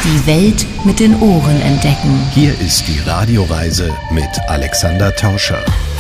Die Welt mit den Ohren entdecken. Hier ist die Radioreise mit Alexander Tauscher.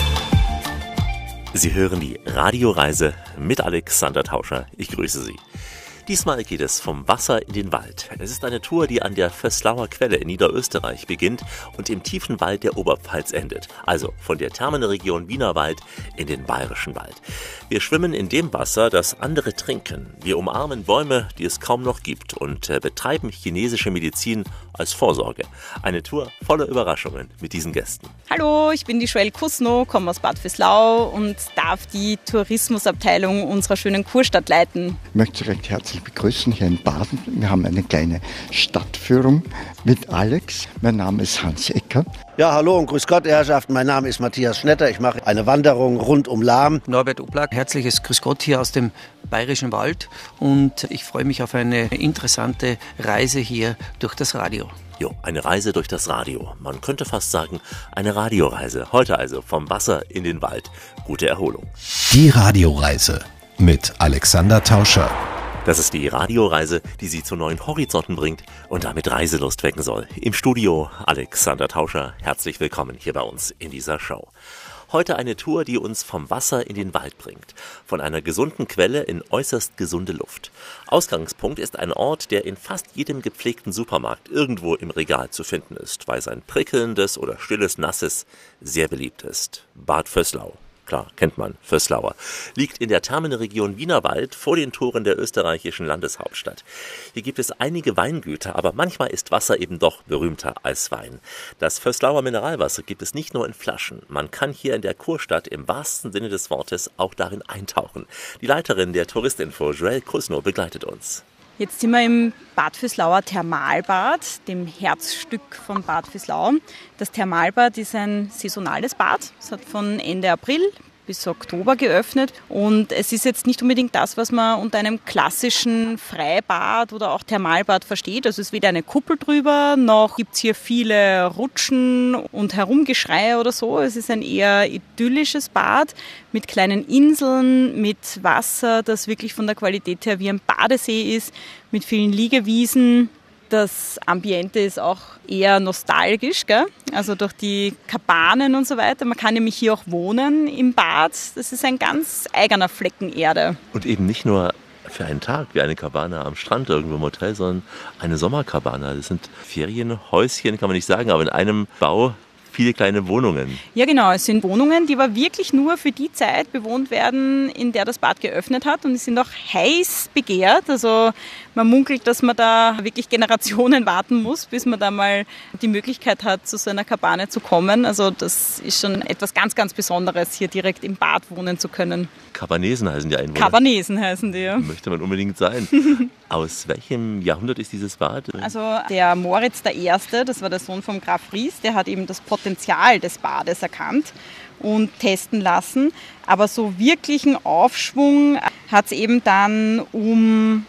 Sie hören die Radioreise mit Alexander Tauscher. Ich grüße Sie. Diesmal geht es vom Wasser in den Wald. Es ist eine Tour, die an der Vöslauer Quelle in Niederösterreich beginnt und im tiefen Wald der Oberpfalz endet. Also von der Thermenregion Wienerwald in den Bayerischen Wald. Wir schwimmen in dem Wasser, das andere trinken. Wir umarmen Bäume, die es kaum noch gibt und betreiben chinesische Medizin als Vorsorge. Eine Tour voller Überraschungen mit diesen Gästen. Hallo, ich bin die Joelle Kusno, komme aus Bad Vöslau und darf die Tourismusabteilung unserer schönen Kurstadt leiten. Ich möchte Sie recht herzlich begrüßen hier in Baden. Wir haben eine kleine Stadtführung mit Alex. Mein Name ist Hans Ecker. Ja, hallo und grüß Gott, Herrschaften. Mein Name ist Matthias Schnetter. Ich mache eine Wanderung rund um Lahm. Norbert Oblak, herzliches Grüß Gott hier aus dem Bayerischen Wald. Und ich freue mich auf eine interessante Reise hier durch das Radio. Jo, eine Reise durch das Radio. Man könnte fast sagen, eine Radioreise. Heute also vom Wasser in den Wald. Gute Erholung. Die Radioreise mit Alexander Tauscher. Das ist die Radioreise, die Sie zu neuen Horizonten bringt und damit Reiselust wecken soll. Im Studio Alexander Tauscher. Herzlich willkommen hier bei uns in dieser Show. Heute eine Tour, die uns vom Wasser in den Wald bringt. Von einer gesunden Quelle in äußerst gesunde Luft. Ausgangspunkt ist ein Ort, der in fast jedem gepflegten Supermarkt irgendwo im Regal zu finden ist, weil sein prickelndes oder stilles Nasses sehr beliebt ist. Bad Vöslau. Klar, kennt man, Vöslauer. Liegt in der Thermenregion Wienerwald vor den Toren der österreichischen Landeshauptstadt. Hier gibt es einige Weingüter, aber manchmal ist Wasser eben doch berühmter als Wein. Das Vöslauer Mineralwasser gibt es nicht nur in Flaschen. Man kann hier in der Kurstadt im wahrsten Sinne des Wortes auch darin eintauchen. Die Leiterin der Touristinfo, Joelle Kusno, begleitet uns. Jetzt sind wir im Bad Vöslauer Thermalbad, dem Herzstück von Bad Vöslau. Das Thermalbad ist ein saisonales Bad. Es hat von Ende April bis Oktober geöffnet und es ist jetzt nicht unbedingt das, was man unter einem klassischen Freibad oder auch Thermalbad versteht. Also es ist weder eine Kuppel drüber, noch gibt es hier viele Rutschen und Herumgeschrei oder so. Es ist ein eher idyllisches Bad mit kleinen Inseln, mit Wasser, das wirklich von der Qualität her wie ein Badesee ist, mit vielen Liegewiesen. Das Ambiente ist auch eher nostalgisch, gell? Also durch die Kabanen und so weiter. Man kann nämlich hier auch wohnen im Bad. Das ist ein ganz eigener Flecken Erde. Und eben nicht nur für einen Tag wie eine Kabane am Strand irgendwo im Hotel, sondern eine Sommerkabane. Das sind Ferienhäuschen, kann man nicht sagen, aber in einem Bau viele kleine Wohnungen. Ja, genau. Es sind Wohnungen, die aber wirklich nur für die Zeit bewohnt werden, in der das Bad geöffnet hat. Und die sind auch heiß begehrt. Also man munkelt, dass man da wirklich Generationen warten muss, bis man da mal die Möglichkeit hat, zu so einer Kabane zu kommen. Also das ist schon etwas ganz, ganz Besonderes, hier direkt im Bad wohnen zu können. Cabanesen heißen die Einwohner. Cabanesen heißen die, ja. Möchte man unbedingt sein. Aus welchem Jahrhundert ist dieses Bad? Also der Moritz I., das war der Sohn vom Graf Ries, der hat eben das Potenzial des Bades erkannt und testen lassen. Aber so wirklichen Aufschwung hat es eben dann um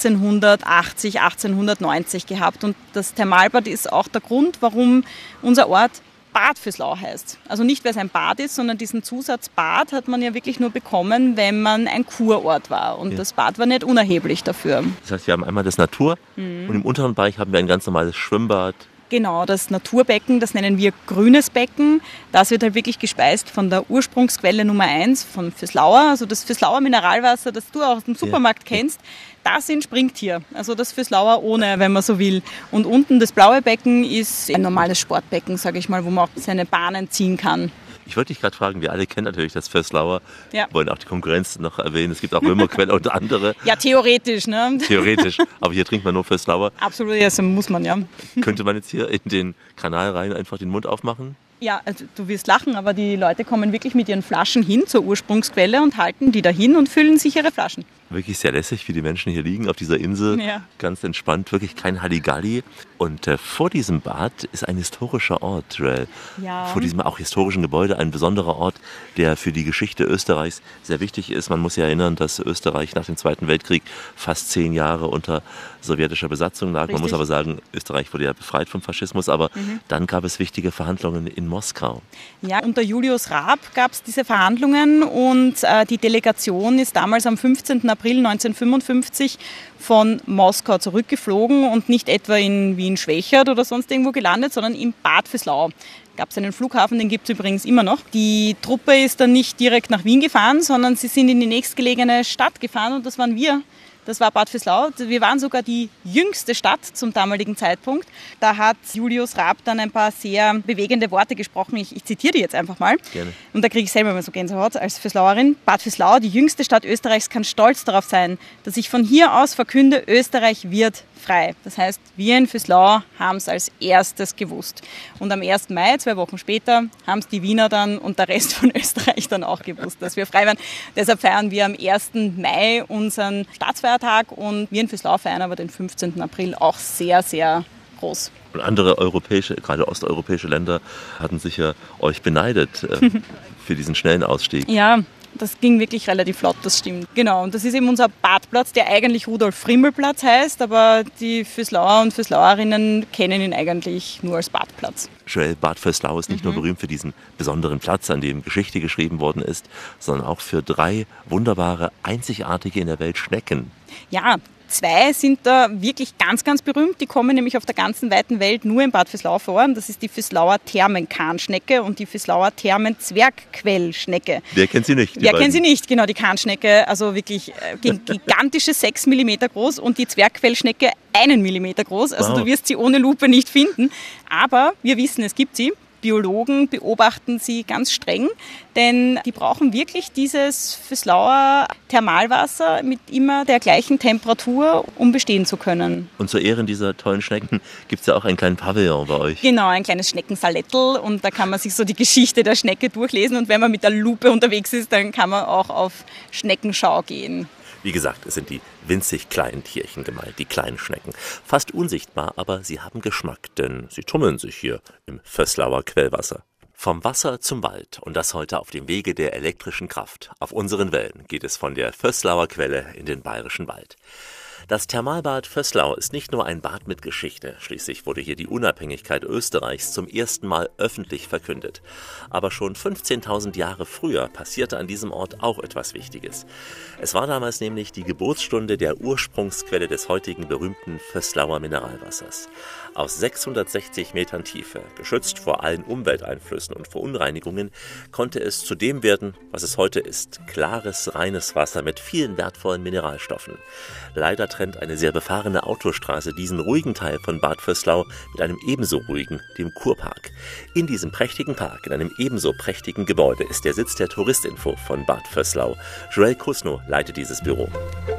1880, 1890 gehabt. Und das Thermalbad ist auch der Grund, warum unser Ort Bad Vöslau heißt. Also nicht, weil es ein Bad ist, sondern diesen Zusatz Bad hat man ja wirklich nur bekommen, wenn man ein Kurort war. Und das Bad war nicht unerheblich dafür. Das heißt, wir haben einmal das Natur und im unteren Bereich haben wir ein ganz normales Schwimmbad. Genau, das Naturbecken, das nennen wir grünes Becken. Das wird halt wirklich gespeist von der Ursprungsquelle Nummer 1 von Vöslauer. Also das Vöslauer Mineralwasser, das du auch aus dem Supermarkt kennst, das entspringt hier. Also das Vöslauer ohne, wenn man so will. Und unten das blaue Becken ist ein normales Sportbecken, sage ich mal, wo man auch seine Bahnen ziehen kann. Ich wollte dich gerade fragen, wir alle kennen natürlich das Vöslauer, ja. Wollen auch die Konkurrenz noch erwähnen. Es gibt auch Römerquelle und andere. Ja, theoretisch, ne? Theoretisch, aber hier trinkt man nur Vöslauer. Absolut, ja, das muss man, ja. Könnte man jetzt hier in den Kanal rein einfach den Mund aufmachen? Ja, also du wirst lachen, aber die Leute kommen wirklich mit ihren Flaschen hin zur Ursprungsquelle und halten die dahin und füllen sich ihre Flaschen. Wirklich sehr lässig, wie die Menschen hier liegen auf dieser Insel. Ja. Ganz entspannt, wirklich kein Halligalli. Und vor diesem Bad ist ein historischer Ort, Joelle. Ja. Vor diesem auch historischen Gebäude ein besonderer Ort, der für die Geschichte Österreichs sehr wichtig ist. Man muss sich erinnern, dass Österreich nach dem Zweiten Weltkrieg fast 10 Jahre unter sowjetischer Besatzung lag. Richtig. Man muss aber sagen, Österreich wurde ja befreit vom Faschismus, aber dann gab es wichtige Verhandlungen in Moskau. Ja, unter Julius Raab gab es diese Verhandlungen und die Delegation ist damals am 15. April April 1955 von Moskau zurückgeflogen und nicht etwa in Wien-Schwächert oder sonst irgendwo gelandet, sondern in Bad Vöslau. Gab es einen Flughafen, den gibt es übrigens immer noch. Die Truppe ist dann nicht direkt nach Wien gefahren, sondern sie sind in die nächstgelegene Stadt gefahren und das waren wir. Das war Bad Vöslau. Wir waren sogar die jüngste Stadt zum damaligen Zeitpunkt. Da hat Julius Raab dann ein paar sehr bewegende Worte gesprochen. Ich zitiere die jetzt einfach mal. Gerne. Und da kriege ich selber mal so Gänsehaut als Vöslauerin. Bad Vöslau, die jüngste Stadt Österreichs, kann stolz darauf sein, dass ich von hier aus verkünde, Österreich wird frei. Das heißt, wir in Vöslau haben es als erstes gewusst. Und am 1. Mai, 2 Wochen später, haben es die Wiener dann und der Rest von Österreich dann auch gewusst, dass wir frei waren. Deshalb feiern wir am 1. Mai unseren Staatsfeiertag und wir in Vöslau feiern aber den 15. April auch sehr, sehr groß. Und andere europäische, gerade osteuropäische Länder hatten sicher euch beneidet für diesen schnellen Ausstieg. Ja, das ging wirklich relativ flott, das stimmt. Genau, und das ist eben unser Badplatz, der eigentlich Rudolf-Frimmel-Platz heißt, aber die Vöslauer und Vöslauerinnen kennen ihn eigentlich nur als Badplatz. Joel, Bad Vöslau ist nicht nur berühmt für diesen besonderen Platz, an dem Geschichte geschrieben worden ist, sondern auch für 3 wunderbare, einzigartige in der Welt Schnecken. Ja, 2 sind da wirklich ganz, ganz berühmt. Die kommen nämlich auf der ganzen weiten Welt nur in Bad Vöslau vor. Das ist die Vöslauer Thermenkahnschnecke und die Vöslauer Thermenzwergquellschnecke. Wer kennt sie nicht? Wer kennt sie nicht? Genau, die Kahnschnecke, also wirklich gigantische 6 mm groß und die Zwergquellschnecke 1 mm groß. Also Du wirst sie ohne Lupe nicht finden. Aber wir wissen, es gibt sie. Biologen beobachten sie ganz streng, denn die brauchen wirklich dieses Vöslauer Thermalwasser mit immer der gleichen Temperatur, um bestehen zu können. Und zu Ehren dieser tollen Schnecken gibt es ja auch einen kleinen Pavillon bei euch. Genau, ein kleines Schneckensalettel und da kann man sich so die Geschichte der Schnecke durchlesen und wenn man mit der Lupe unterwegs ist, dann kann man auch auf Schneckenschau gehen. Wie gesagt, es sind die winzig kleinen Tierchen gemeint, die kleinen Schnecken. Fast unsichtbar, aber sie haben Geschmack, denn sie tummeln sich hier im Vöslauer Quellwasser. Vom Wasser zum Wald und das heute auf dem Wege der elektrischen Kraft. Auf unseren Wellen geht es von der Vöslauer Quelle in den Bayerischen Wald. Das Thermalbad Vöslau ist nicht nur ein Bad mit Geschichte, schließlich wurde hier die Unabhängigkeit Österreichs zum ersten Mal öffentlich verkündet. Aber schon 15.000 Jahre früher passierte an diesem Ort auch etwas Wichtiges. Es war damals nämlich die Geburtsstunde der Ursprungsquelle des heutigen berühmten Vöslauer Mineralwassers. Aus 660 Metern Tiefe, geschützt vor allen Umwelteinflüssen und Verunreinigungen, konnte es zu dem werden, was es heute ist. Klares, reines Wasser mit vielen wertvollen Mineralstoffen. Leider trennt eine sehr befahrene Autostraße diesen ruhigen Teil von Bad Vöslau mit einem ebenso ruhigen, dem Kurpark. In diesem prächtigen Park, in einem ebenso prächtigen Gebäude, ist der Sitz der Touristinfo von Bad Vöslau. Joel Kusno leitet dieses Büro.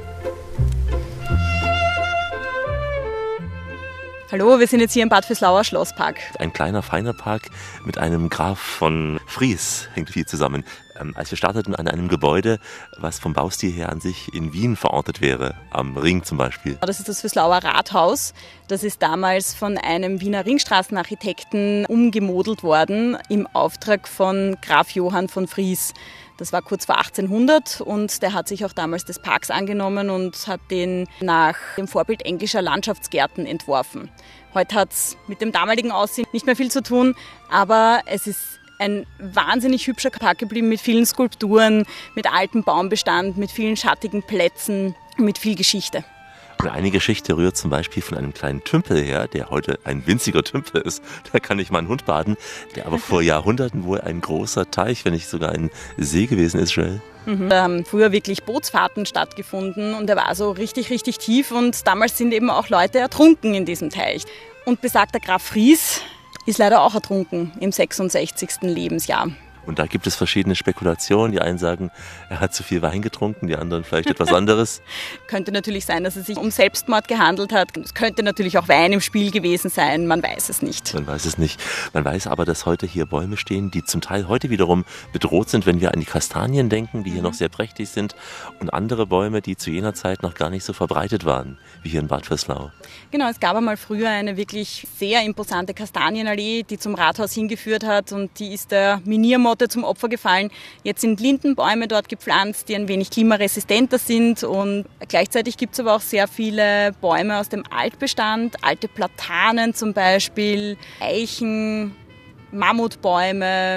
Hallo, wir sind jetzt hier im Bad Vöslauer Schlosspark. Ein kleiner, feiner Park mit einem Graf von Fries hängt viel zusammen. Als wir starteten an einem Gebäude, was vom Baustil her an sich in Wien verortet wäre, am Ring zum Beispiel. Das ist das Vöslauer Rathaus. Das ist damals von einem Wiener Ringstraßenarchitekten umgemodelt worden im Auftrag von Graf Johann von Fries. Das war kurz vor 1800 und der hat sich auch damals des Parks angenommen und hat den nach dem Vorbild englischer Landschaftsgärten entworfen. Heute hat es mit dem damaligen Aussehen nicht mehr viel zu tun, aber es ist ein wahnsinnig hübscher Park geblieben mit vielen Skulpturen, mit altem Baumbestand, mit vielen schattigen Plätzen, mit viel Geschichte. Und eine Geschichte rührt zum Beispiel von einem kleinen Tümpel her, der heute ein winziger Tümpel ist. Da kann ich meinen Hund baden, der aber vor Jahrhunderten wohl ein großer Teich, wenn nicht sogar ein See gewesen ist, Joel. Da haben früher wirklich Bootsfahrten stattgefunden und der war so richtig, richtig tief und damals sind eben auch Leute ertrunken in diesem Teich. Und besagter Graf Fries ist leider auch ertrunken im 66. Lebensjahr. Und da gibt es verschiedene Spekulationen. Die einen sagen, er hat zu viel Wein getrunken, die anderen vielleicht etwas anderes. Könnte natürlich sein, dass es sich um Selbstmord gehandelt hat. Es könnte natürlich auch Wein im Spiel gewesen sein, man weiß es nicht. Man weiß es nicht. Man weiß aber, dass heute hier Bäume stehen, die zum Teil heute wiederum bedroht sind, wenn wir an die Kastanien denken, die hier noch sehr prächtig sind. Und andere Bäume, die zu jener Zeit noch gar nicht so verbreitet waren, wie hier in Bad Vöslau. Genau, es gab einmal früher eine wirklich sehr imposante Kastanienallee, die zum Rathaus hingeführt hat und die ist der Miniermotte zum Opfer gefallen. Jetzt sind Lindenbäume dort gepflanzt, die ein wenig klimaresistenter sind und gleichzeitig gibt es aber auch sehr viele Bäume aus dem Altbestand, alte Platanen zum Beispiel, Eichen, Mammutbäume,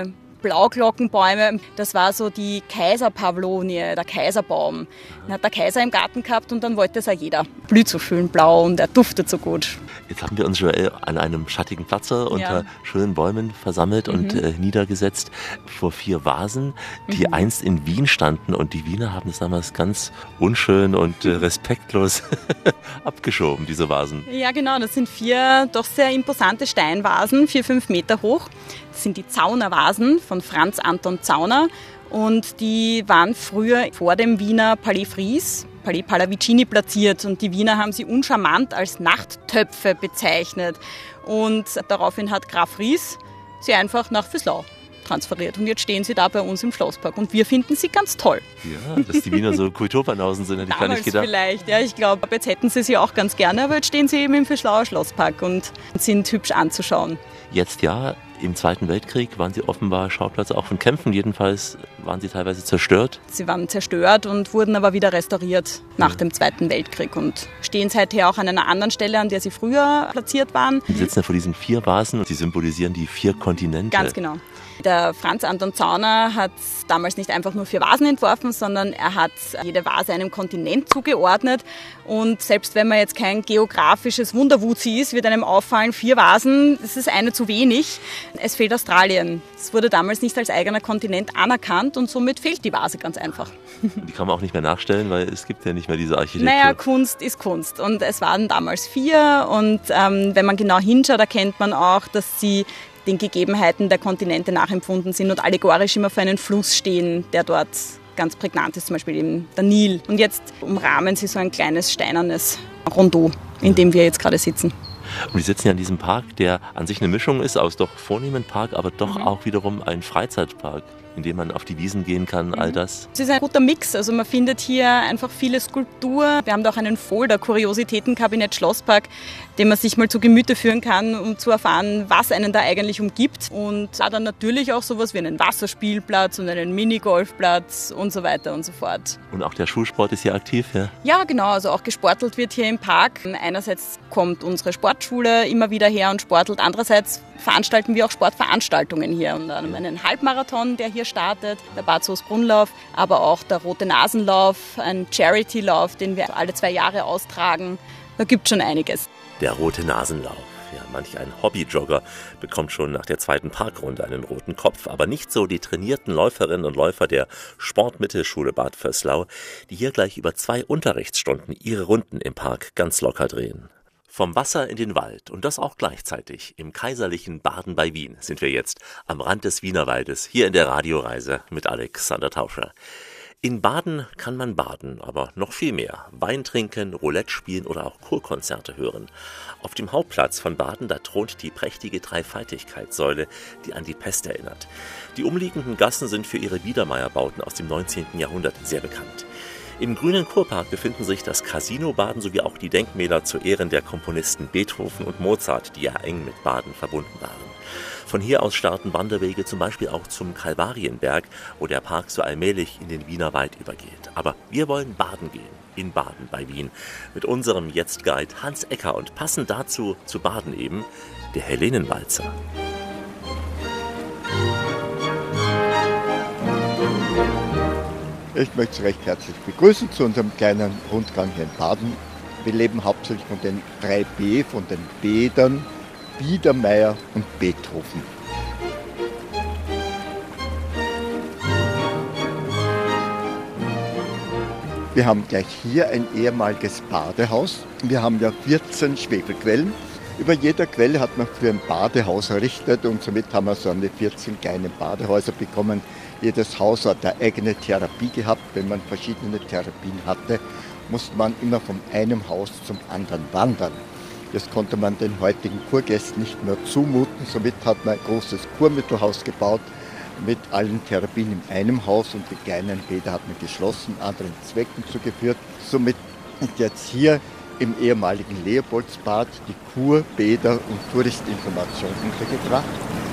Blauglockenbäume. Das war so die Kaiserpavlonie, der Kaiserbaum. Den hat der Kaiser im Garten gehabt und dann wollte es auch jeder. Blüht so schön blau und er duftet so gut. Jetzt haben wir uns, Joel, an einem schattigen Platze unter schönen Bäumen versammelt und niedergesetzt vor 4 Vasen, die einst in Wien standen. Und die Wiener haben es damals ganz unschön und respektlos abgeschoben, diese Vasen. Ja, genau. Das sind 4 doch sehr imposante Steinvasen, 4-5 Meter hoch. Das sind die Zauner-Vasen von Franz Anton Zauner. Und die waren früher vor dem Wiener Palais Fries, Palais Pallavicini, platziert. Und die Wiener haben sie uncharmant als Nachttöpfe bezeichnet. Und daraufhin hat Graf Fries sie einfach nach Füßlau transferiert. Und jetzt stehen sie da bei uns im Schlosspark. Und wir finden sie ganz toll. Ja, dass die Wiener so Kulturbanausen sind, hätte ich gar nicht gedacht. Vielleicht, ja. Ich glaube, jetzt hätten sie sie auch ganz gerne, aber jetzt stehen sie eben im Füßlauer Schlosspark und sind hübsch anzuschauen. Jetzt ja, im Zweiten Weltkrieg waren sie offenbar Schauplatz auch von Kämpfen. Jedenfalls waren sie teilweise zerstört. Sie waren zerstört und wurden aber wieder restauriert nach dem Zweiten Weltkrieg und stehen seither auch an einer anderen Stelle, an der sie früher platziert waren. Sie sitzen ja vor diesen 4 Vasen und sie symbolisieren die 4 Kontinente. Ganz genau. Der Franz Anton Zauner hat damals nicht einfach nur 4 Vasen entworfen, sondern er hat jede Vase einem Kontinent zugeordnet. Und selbst wenn man jetzt kein geografisches Wunderwuzi ist, wird einem auffallen, 4 Vasen, das ist eine zu wenig. Es fehlt Australien. Es wurde damals nicht als eigener Kontinent anerkannt und somit fehlt die Vase ganz einfach. Die kann man auch nicht mehr nachstellen, weil es gibt ja nicht mehr diese Architektur. Naja, Kunst ist Kunst und es waren damals 4 und wenn man genau hinschaut, erkennt man auch, dass sie den Gegebenheiten der Kontinente nachempfunden sind und allegorisch immer für einen Fluss stehen, der dort ganz prägnant ist, zum Beispiel eben der Nil. Und jetzt umrahmen sie so ein kleines steinernes Rondeau, in dem wir jetzt gerade sitzen. Und wir sitzen ja in diesem Park, der an sich eine Mischung ist aus doch vornehmen Park, aber doch auch wiederum ein Freizeitpark, in dem man auf die Wiesen gehen kann, all das. Es ist ein guter Mix, also man findet hier einfach viele Skulptur. Wir haben da auch einen Folder, Kuriositätenkabinett Schlosspark, den man sich mal zu Gemüte führen kann, um zu erfahren, was einen da eigentlich umgibt. Und dann natürlich auch sowas wie einen Wasserspielplatz und einen Minigolfplatz und so weiter und so fort. Und auch der Schulsport ist hier aktiv, ja? Ja, genau, also auch gesportelt wird hier im Park. Einerseits kommt unsere Sportschule immer wieder her und sportelt, andererseits veranstalten wir auch Sportveranstaltungen hier und einen Halbmarathon, der hier startet, der Bad Soest-Brunnlauf, aber auch der Rote Nasenlauf, ein Charity-Lauf, den wir alle 2 Jahre austragen. Da gibt es schon einiges. Der Rote Nasenlauf. Ja, manch ein Hobbyjogger bekommt schon nach der 2. Parkrunde einen roten Kopf, aber nicht so die trainierten Läuferinnen und Läufer der Sportmittelschule Bad Vöslau, die hier gleich über 2 Unterrichtsstunden ihre Runden im Park ganz locker drehen. Vom Wasser in den Wald und das auch gleichzeitig. Im kaiserlichen Baden bei Wien sind wir jetzt am Rand des Wienerwaldes, hier in der Radioreise mit Alexander Tauscher. In Baden kann man baden, aber noch viel mehr. Wein trinken, Roulette spielen oder auch Chorkonzerte hören. Auf dem Hauptplatz von Baden, da thront die prächtige Dreifaltigkeitssäule, die an die Pest erinnert. Die umliegenden Gassen sind für ihre Biedermeierbauten aus dem 19. Jahrhundert sehr bekannt. Im grünen Kurpark befinden sich das Casino Baden sowie auch die Denkmäler zu Ehren der Komponisten Beethoven und Mozart, die ja eng mit Baden verbunden waren. Von hier aus starten Wanderwege zum Beispiel auch zum Kalvarienberg, wo der Park so allmählich in den Wiener Wald übergeht. Aber wir wollen baden gehen, in Baden bei Wien, mit unserem Jetzt-Guide Hans Ecker und passend dazu zu Baden eben der Helenenwalzer. Ich möchte Sie recht herzlich begrüßen zu unserem kleinen Rundgang hier in Baden. Wir leben hauptsächlich von den 3 B, von den Bädern, Biedermeier und Beethoven. Wir haben gleich hier ein ehemaliges Badehaus. Wir haben ja 14 Schwefelquellen. Über jeder Quelle hat man für ein Badehaus errichtet und somit haben wir so eine 14 kleine Badehäuser bekommen. Jedes Haus hat eine eigene Therapie gehabt. Wenn man verschiedene Therapien hatte, musste man immer von einem Haus zum anderen wandern. Das konnte man den heutigen Kurgästen nicht mehr zumuten. Somit hat man ein großes Kurmittelhaus gebaut mit allen Therapien in einem Haus und die kleinen Bäder hat man geschlossen, anderen Zwecken zugeführt. Somit ist jetzt hier im ehemaligen Leopoldsbad die Kur-, Bäder- und Touristinformation untergebracht.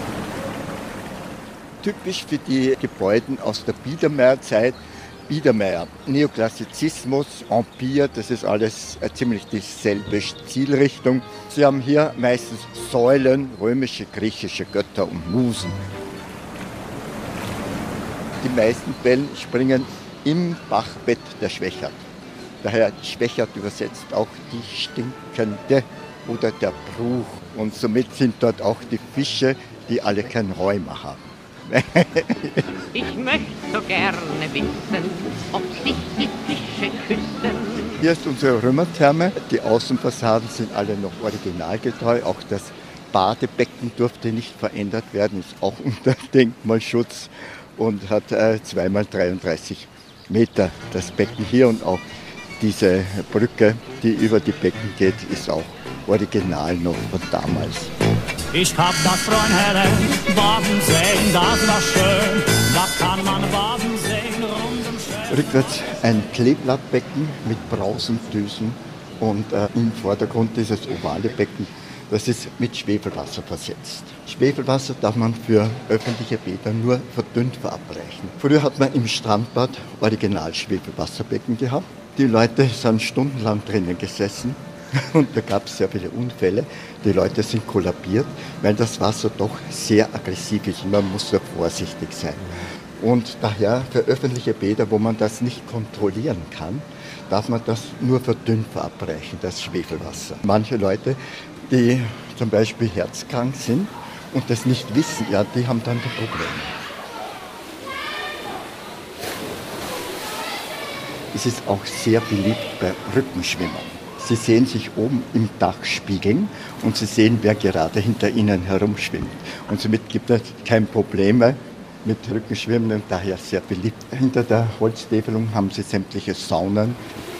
Typisch für die Gebäude aus der Biedermeierzeit, Biedermeier, Neoklassizismus, Empire, das ist alles ziemlich dieselbe Stilrichtung. Sie haben hier meistens Säulen, römische, griechische Götter und Musen. Die meisten Quellen springen im Bachbett der Schwächert. Daher Schwächert übersetzt auch die Stinkende oder der Bruch. Und somit sind dort auch die Fische, die alle kein Rheuma haben. Ich möchte so gerne wissen, ob sich die Fische küssen. Hier ist unsere Römertherme. Die Außenfassaden sind alle noch originalgetreu. Auch das Badebecken durfte nicht verändert werden, ist auch unter Denkmalschutz und hat 2x33 Meter. Das Becken hier und auch diese Brücke, die über die Becken geht, ist auch original noch von damals. Ich hab das Freundherren baden sehen, das war schön, da kann man baden sehen, rund und schön. Rückwärts ein Kleeblattbecken mit Brausendüsen und im Vordergrund dieses ovale Becken, das ist mit Schwefelwasser versetzt. Schwefelwasser darf man für öffentliche Bäder nur verdünnt verabreichen. Früher hat man im Strandbad original Schwefelwasserbecken gehabt. Die Leute sind stundenlang drinnen gesessen und da gab es sehr viele Unfälle. Die Leute sind kollabiert, weil das Wasser doch sehr aggressiv ist und man muss sehr vorsichtig sein. Und daher für öffentliche Bäder, wo man das nicht kontrollieren kann, darf man das nur verdünnt verabreichen, das Schwefelwasser. Manche Leute, die zum Beispiel herzkrank sind und das nicht wissen, ja, die haben dann ein Problem. Es ist auch sehr beliebt bei Rückenschwimmern. Sie sehen sich oben im Dach spiegeln und Sie sehen, wer gerade hinter Ihnen herumschwimmt. Und somit gibt es kein Problem mit Rückenschwimmen und daher sehr beliebt. Hinter der Holztäfelung haben Sie sämtliche Saunen.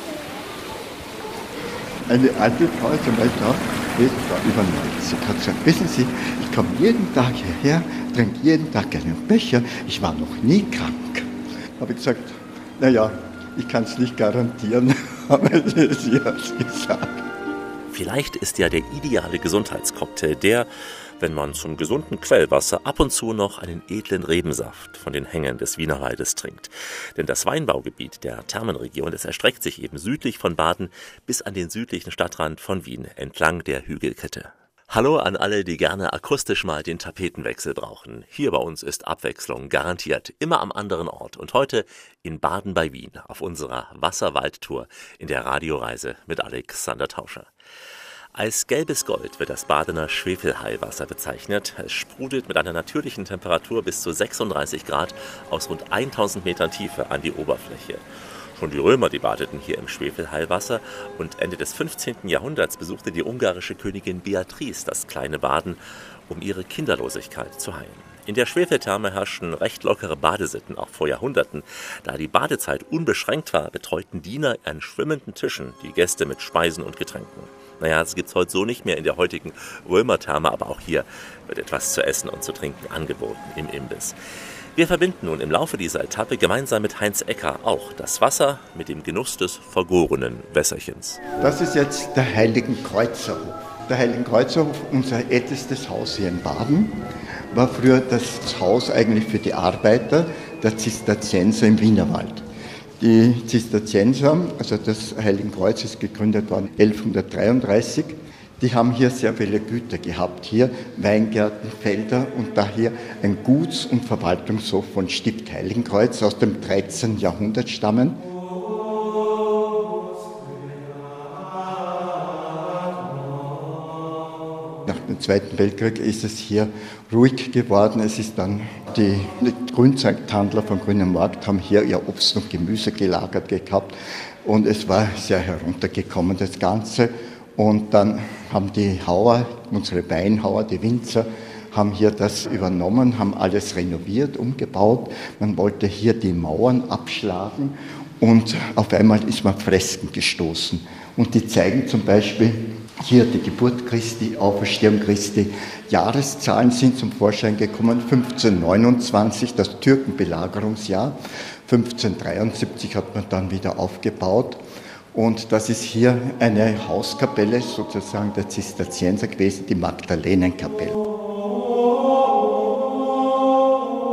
Eine alte Frau zum Beispiel ist da über 90. Hat gesagt, wissen Sie, ich komme jeden Tag hierher, trinke jeden Tag einen Becher, ich war noch nie krank. Habe ich gesagt, naja, ich kann es nicht garantieren, aber sie hat es gesagt. Vielleicht ist ja der ideale Gesundheitscocktail der, wenn man zum gesunden Quellwasser ab und zu noch einen edlen Rebensaft von den Hängen des Wienerwaldes trinkt. Denn das Weinbaugebiet der Thermenregion, das erstreckt sich eben südlich von Baden bis an den südlichen Stadtrand von Wien, entlang der Hügelkette. Hallo an alle, die gerne akustisch mal den Tapetenwechsel brauchen. Hier bei uns ist Abwechslung garantiert, immer am anderen Ort. Und heute in Baden bei Wien auf unserer Wasserwaldtour in der Radioreise mit Alexander Tauscher. Als gelbes Gold wird das Badener Schwefelheilwasser bezeichnet. Es sprudelt mit einer natürlichen Temperatur bis zu 36 Grad aus rund 1000 Metern Tiefe an die Oberfläche. Schon die Römer, die badeten hier im Schwefelheilwasser und Ende des 15. Jahrhunderts besuchte die ungarische Königin Beatrice das kleine Baden, um ihre Kinderlosigkeit zu heilen. In der Schwefeltherme herrschten recht lockere Badesitten, auch vor Jahrhunderten. Da die Badezeit unbeschränkt war, betreuten Diener an schwimmenden Tischen die Gäste mit Speisen und Getränken. Naja, das gibt's heute so nicht mehr in der heutigen Römertherme, aber auch hier wird etwas zu essen und zu trinken angeboten im Imbiss. Wir verbinden nun im Laufe dieser Etappe gemeinsam mit Heinz Ecker auch das Wasser mit dem Genuss des vergorenen Wässerchens. Das ist jetzt der Heiligenkreuzerhof. Der Heiligenkreuzerhof, unser ältestes Haus hier in Baden, war früher das Haus eigentlich für die Arbeiter der Zisterzienser im Wienerwald. Die Zisterzienser, also das Heiligenkreuz ist gegründet worden 1133, die haben hier sehr viele Güter gehabt, hier Weingärten, Felder und daher ein Guts- und Verwaltungshof von Stift Heiligenkreuz aus dem 13. Jahrhundert stammen. Nach dem Zweiten Weltkrieg ist es hier ruhig geworden. Es ist dann die Grünzeughandler vom Grünen Markt haben hier ihr Obst und Gemüse gelagert gehabt und es war sehr heruntergekommen, das Ganze. Und dann haben die Hauer, unsere Weinhauer, die Winzer, haben hier das übernommen, haben alles renoviert, umgebaut. Man wollte hier die Mauern abschlagen und auf einmal ist man auf Fresken gestoßen. Und die zeigen zum Beispiel hier die Geburt Christi, Auferstehung Christi. Jahreszahlen sind zum Vorschein gekommen, 1529, das Türkenbelagerungsjahr. 1573 hat man dann wieder aufgebaut. Und das ist hier eine Hauskapelle sozusagen der Zisterzienser gewesen, die Magdalenenkapelle.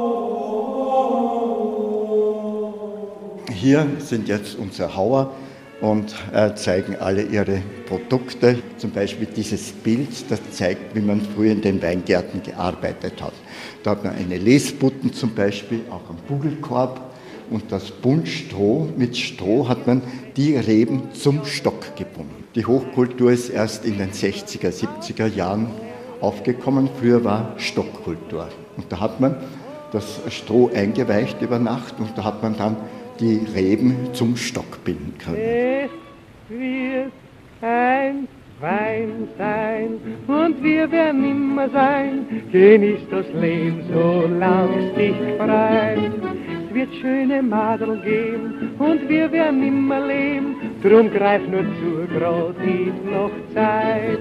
Hier sind jetzt unsere Hauer und zeigen alle ihre Produkte. Zum Beispiel dieses Bild, das zeigt, wie man früher in den Weingärten gearbeitet hat. Da hat man eine Lesbutten zum Beispiel, auch am Bugelkorb und das Buntstroh. Mit Stroh hat man die Reben zum Stock gebunden. Die Hochkultur ist erst in den 60er, 70er Jahren aufgekommen. Früher war Stockkultur. Und da hat man das Stroh eingeweicht über Nacht und da hat man dann die Reben zum Stock binden können. Es wird ein Wein sein und wir werden immer sein. Genieß das Leben, solange es dich frei. Es wird schöne Madel geben und wir werden immer leben. Drum greif nur zu, grad ist noch Zeit.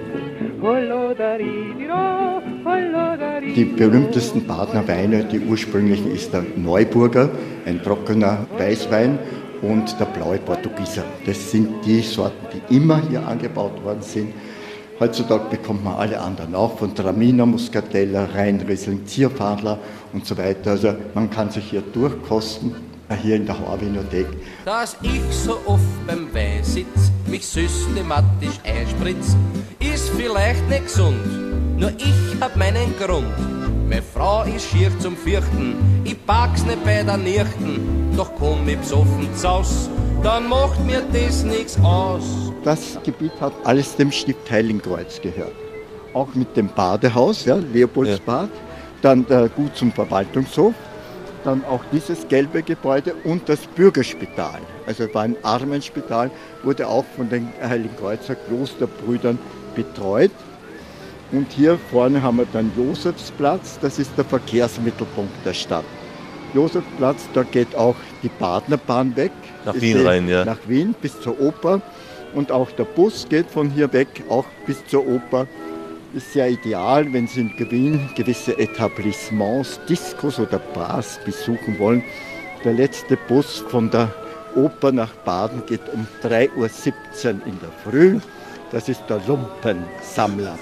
Die berühmtesten Badener Weine, die ursprünglichen, ist der Neuburger, ein trockener Weißwein, und der blaue Portugieser. Das sind die Sorten, die immer hier angebaut worden sind. Heutzutage bekommt man alle anderen auch, von Traminer, Muscatella, Rheinriesling, Zierfadler und so weiter. Also man kann sich hier durchkosten, hier in der Hauer-Winothek. Dass ich so oft beim Wein sitz, mich systematisch einspritz, ist vielleicht nicht gesund, nur ich hab meinen Grund. Meine Frau ist schier zum Fürchten, ich pack's nicht bei der Nirchten, doch komm ich besoffen zaus, dann macht mir das nichts aus. Das Gebiet hat alles dem Stift Heiligenkreuz gehört. Auch mit dem Badehaus, ja, Leopoldsbad, dann der Gut zum Verwaltungshof, dann auch dieses gelbe Gebäude und das Bürgerspital. Also war ein Armenspital, wurde auch von den Heiligenkreuzer Klosterbrüdern betreut. Und hier vorne haben wir dann Josefsplatz, das ist der Verkehrsmittelpunkt der Stadt. Josefsplatz, da geht auch die Badnerbahn weg. Nach Wien rein, ja. Nach Wien bis zur Oper. Und auch der Bus geht von hier weg, auch bis zur Oper. Ist sehr ideal, wenn Sie in Wien gewisse Etablissements, Diskos oder Bars besuchen wollen. Der letzte Bus von der Oper nach Baden geht um 3:17 Uhr in der Früh. Das ist der Lumpensammler.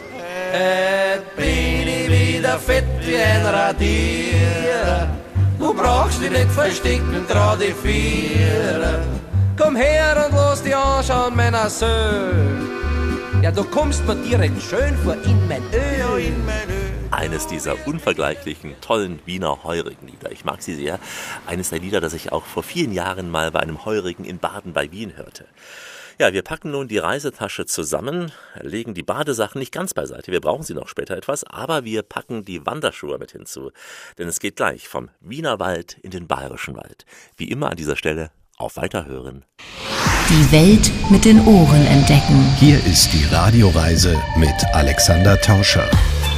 Bin ich wieder fett wie ein Radier. Du brauchst dich nicht verstecken, trau die Vier. Komm her und lass dich anschauen, meiner Söhn. Ja, du kommst mir direkt schön vor in mein Öl. Eines dieser unvergleichlichen, tollen Wiener Heurigen-Lieder. Ich mag sie sehr. Eines der Lieder, das ich auch vor vielen Jahren mal bei einem Heurigen in Baden bei Wien hörte. Ja, wir packen nun die Reisetasche zusammen, legen die Badesachen nicht ganz beiseite, wir brauchen sie noch später etwas, aber wir packen die Wanderschuhe mit hinzu, denn es geht gleich vom Wiener Wald in den Bayerischen Wald. Wie immer an dieser Stelle auf Weiterhören. Die Welt mit den Ohren entdecken. Hier ist die Radioreise mit Alexander Tauscher.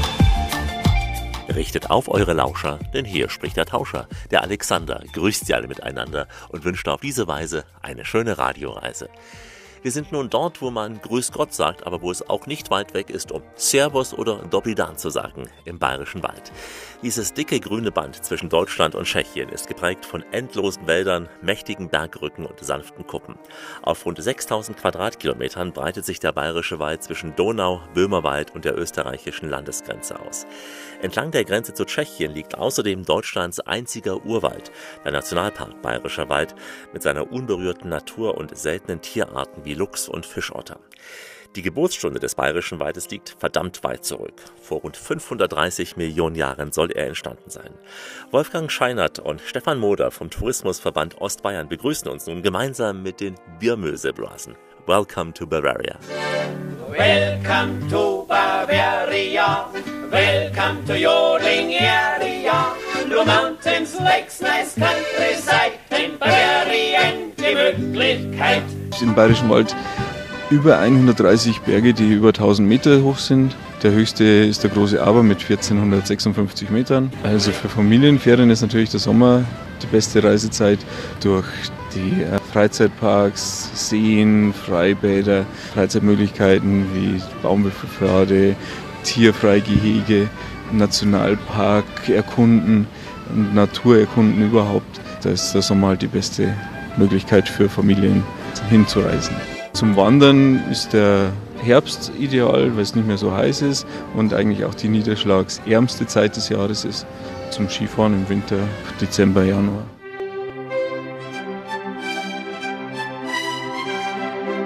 Richtet auf eure Lauscher, denn hier spricht der Tauscher, der Alexander, grüßt sie alle miteinander und wünscht auf diese Weise eine schöne Radioreise. Wir sind nun dort, wo man Grüß Gott sagt, aber wo es auch nicht weit weg ist, um Servus oder Doppeldan zu sagen, im Bayerischen Wald. Dieses dicke grüne Band zwischen Deutschland und Tschechien ist geprägt von endlosen Wäldern, mächtigen Bergrücken und sanften Kuppen. Auf rund 6000 Quadratkilometern breitet sich der Bayerische Wald zwischen Donau, Böhmerwald und der österreichischen Landesgrenze aus. Entlang der Grenze zu Tschechien liegt außerdem Deutschlands einziger Urwald, der Nationalpark Bayerischer Wald, mit seiner unberührten Natur und seltenen Tierarten wie Luchs und Fischotter. Die Geburtsstunde des Bayerischen Waldes liegt verdammt weit zurück. Vor rund 530 Millionen Jahren soll er entstanden sein. Wolfgang Scheinert und Stefan Moder vom Tourismusverband Ostbayern begrüßen uns nun gemeinsam mit den Biermöseblasen. Welcome to Bavaria. Welcome to Bavaria. Welcome to Jodeling area. Blue mountains, lakes, nice countryside. In Bavarian Gemütlichkeit. Im Bayerischen Wald über 130 Berge, die über 1000 Meter hoch sind. Der höchste ist der Große Aber mit 1456 Metern. Also für Familienferien ist natürlich der Sommer die beste Reisezeit durch die Freizeitparks, Seen, Freibäder, Freizeitmöglichkeiten wie Baumwipfelpfade, Tierfreigehege, Nationalpark erkunden und Natur erkunden überhaupt. Da ist der Sommer halt die beste Möglichkeit für Familien hinzureisen. Zum Wandern ist der Herbst ideal, weil es nicht mehr so heiß ist und eigentlich auch die niederschlagsärmste Zeit des Jahres ist. Zum Skifahren im Winter, Dezember, Januar.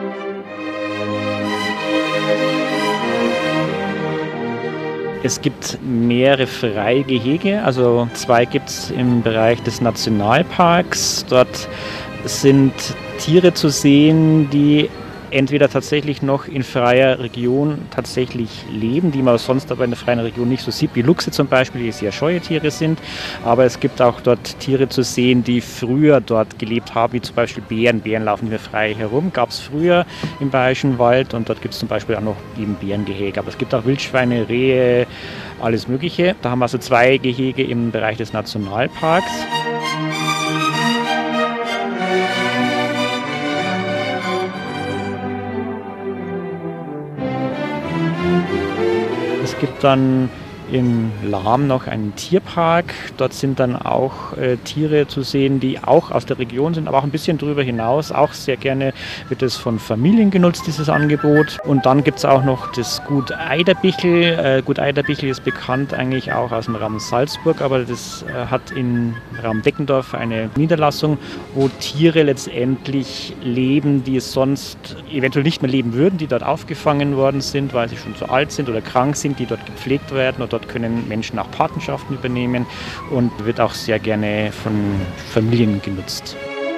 Es gibt mehrere freie Gehege, also 2 gibt es im Bereich des Nationalparks. Dort sind Tiere zu sehen, die entweder tatsächlich noch in freier Region tatsächlich leben, die man sonst aber in der freien Region nicht so sieht, wie Luchse zum Beispiel, die sehr scheue Tiere sind. Aber es gibt auch dort Tiere zu sehen, die früher dort gelebt haben, wie zum Beispiel Bären. Bären laufen hier frei herum, gab es früher im Bayerischen Wald und dort gibt es zum Beispiel auch noch eben Bärengehege. Aber es gibt auch Wildschweine, Rehe, alles Mögliche. Da haben wir also 2 Gehege im Bereich des Nationalparks. Es gibt dann in Lahm noch einen Tierpark. Dort sind dann auch Tiere zu sehen, die auch aus der Region sind, aber auch ein bisschen drüber hinaus. Auch sehr gerne wird es von Familien genutzt, dieses Angebot. Und dann gibt es auch noch das Gut Eiderbichel. Gut Eiderbichel ist bekannt eigentlich auch aus dem Raum Salzburg, aber das hat im Raum Deckendorf eine Niederlassung, wo Tiere letztendlich leben, die es sonst eventuell nicht mehr leben würden, die dort aufgefangen worden sind, weil sie schon zu alt sind oder krank sind, die dort gepflegt werden. Und dort können Menschen auch Patenschaften übernehmen und wird auch sehr gerne von Familien genutzt.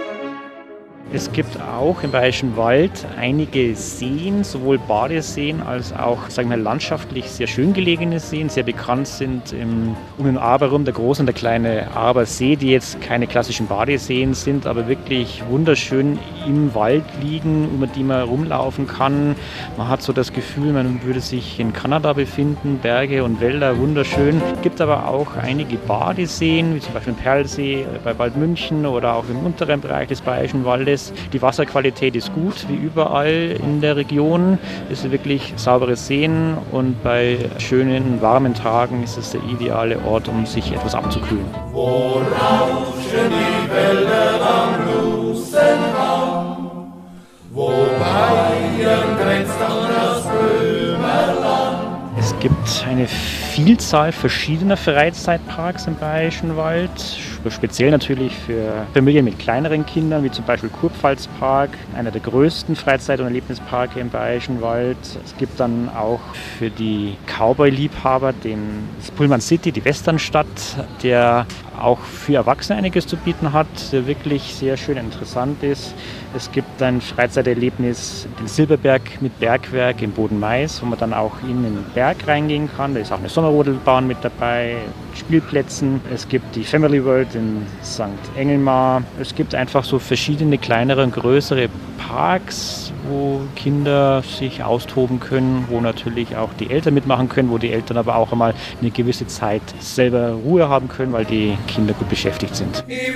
Es gibt auch im Bayerischen Wald einige Seen, sowohl Badeseen als auch, sagen wir, landschaftlich sehr schön gelegene Seen. Sehr bekannt sind um den Arber rum der große und der kleine Arbersee, die jetzt keine klassischen Badeseen sind, aber wirklich wunderschön im Wald liegen, über die man rumlaufen kann. Man hat so das Gefühl, man würde sich in Kanada befinden, Berge und Wälder, wunderschön. Es gibt aber auch einige Badeseen, wie zum Beispiel Perlsee bei Waldmünchen oder auch im unteren Bereich des Bayerischen Waldes. Die Wasserqualität ist gut, wie überall in der Region. Es sind wirklich saubere Seen und bei schönen, warmen Tagen ist es der ideale Ort, um sich etwas abzukühlen. Wo rauschen die Wälder am Lusenhang, wo Bayern grenzt an das Böhmerland. Es gibt eine Vielzahl verschiedener Freizeitparks im Bayerischen Wald, speziell natürlich für Familien mit kleineren Kindern, wie zum Beispiel Kurpfalzpark, einer der größten Freizeit- und Erlebnisparke im Bayerischen Wald. Es gibt dann auch für die Cowboy-Liebhaber das Pullman City, die Westernstadt, der auch für Erwachsene einiges zu bieten hat, der wirklich sehr schön interessant ist. Es gibt ein Freizeiterlebnis, den Silberberg mit Bergwerk im Bodenmais, wo man dann auch in den Berg reingehen kann. Da ist auch eine Sommerrodelbahn mit dabei, Spielplätzen. Es gibt die Family World in St. Engelmar. Es gibt einfach so verschiedene kleinere und größere Parks, wo Kinder sich austoben können, wo natürlich auch die Eltern mitmachen können, wo die Eltern aber auch einmal eine gewisse Zeit selber Ruhe haben können, weil die Kinder gut beschäftigt sind. Im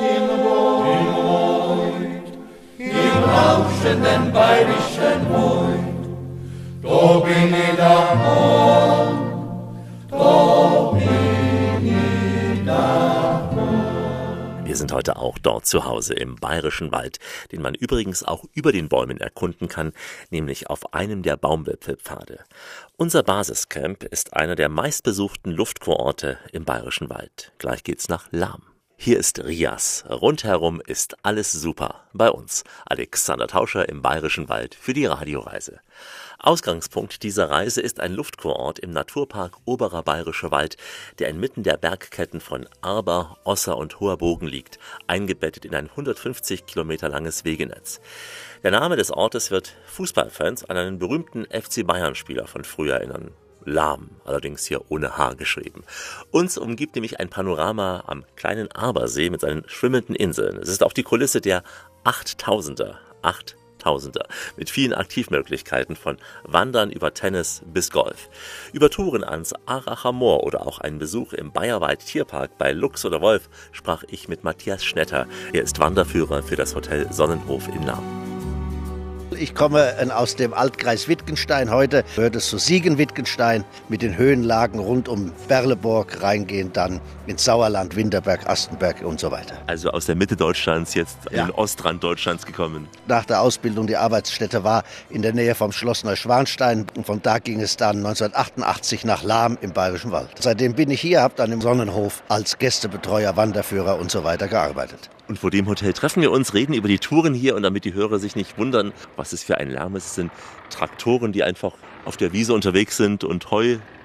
rauschenden bayerischen Mund, da bin ich daheim, da bin ich daheim. Wir sind heute auch dort zu Hause im Bayerischen Wald, den man übrigens auch über den Bäumen erkunden kann, nämlich auf einem der Baumwipfelpfade. Unser Basiscamp ist einer der meistbesuchten Luftkurorte im Bayerischen Wald. Gleich geht's nach Lahm. Hier ist Rias. Rundherum ist alles super. Bei uns Alexander Tauscher im Bayerischen Wald für die Radioreise. Ausgangspunkt dieser Reise ist ein Luftkurort im Naturpark Oberer Bayerischer Wald, der inmitten der Bergketten von Arber, Osser und Hoher Bogen liegt, eingebettet in ein 150 Kilometer langes Wegenetz. Der Name des Ortes wird Fußballfans an einen berühmten FC Bayern-Spieler von früher erinnern. Lahm, allerdings hier ohne H geschrieben. Uns umgibt nämlich ein Panorama am kleinen Arbersee mit seinen schwimmenden Inseln. Es ist auch die Kulisse der 8000er mit vielen Aktivmöglichkeiten von Wandern über Tennis bis Golf. Über Touren ans Aracher Moor oder auch einen Besuch im Bayerwald Tierpark bei Luchs oder Wolf sprach ich mit Matthias Schnetter. Er ist Wanderführer für das Hotel Sonnenhof in Lahm. Ich komme aus dem Altkreis Wittgenstein. Heute gehört es zu Siegen-Wittgenstein mit den Höhenlagen rund um Berleburg, reingehend dann ins Sauerland, Winterberg, Astenberg und so weiter. Also aus der Mitte Deutschlands jetzt in den Ostrand Deutschlands gekommen. Nach der Ausbildung, die Arbeitsstätte war in der Nähe vom Schloss Neuschwanstein. Und von da ging es dann 1988 nach Lahm im Bayerischen Wald. Seitdem bin ich hier, habe dann im Sonnenhof als Gästebetreuer, Wanderführer und so weiter gearbeitet. Und vor dem Hotel treffen wir uns, reden über die Touren hier und damit die Hörer sich nicht wundern, was es für ein Lärm ist. Es sind Traktoren, die einfach auf der Wiese unterwegs sind und Heu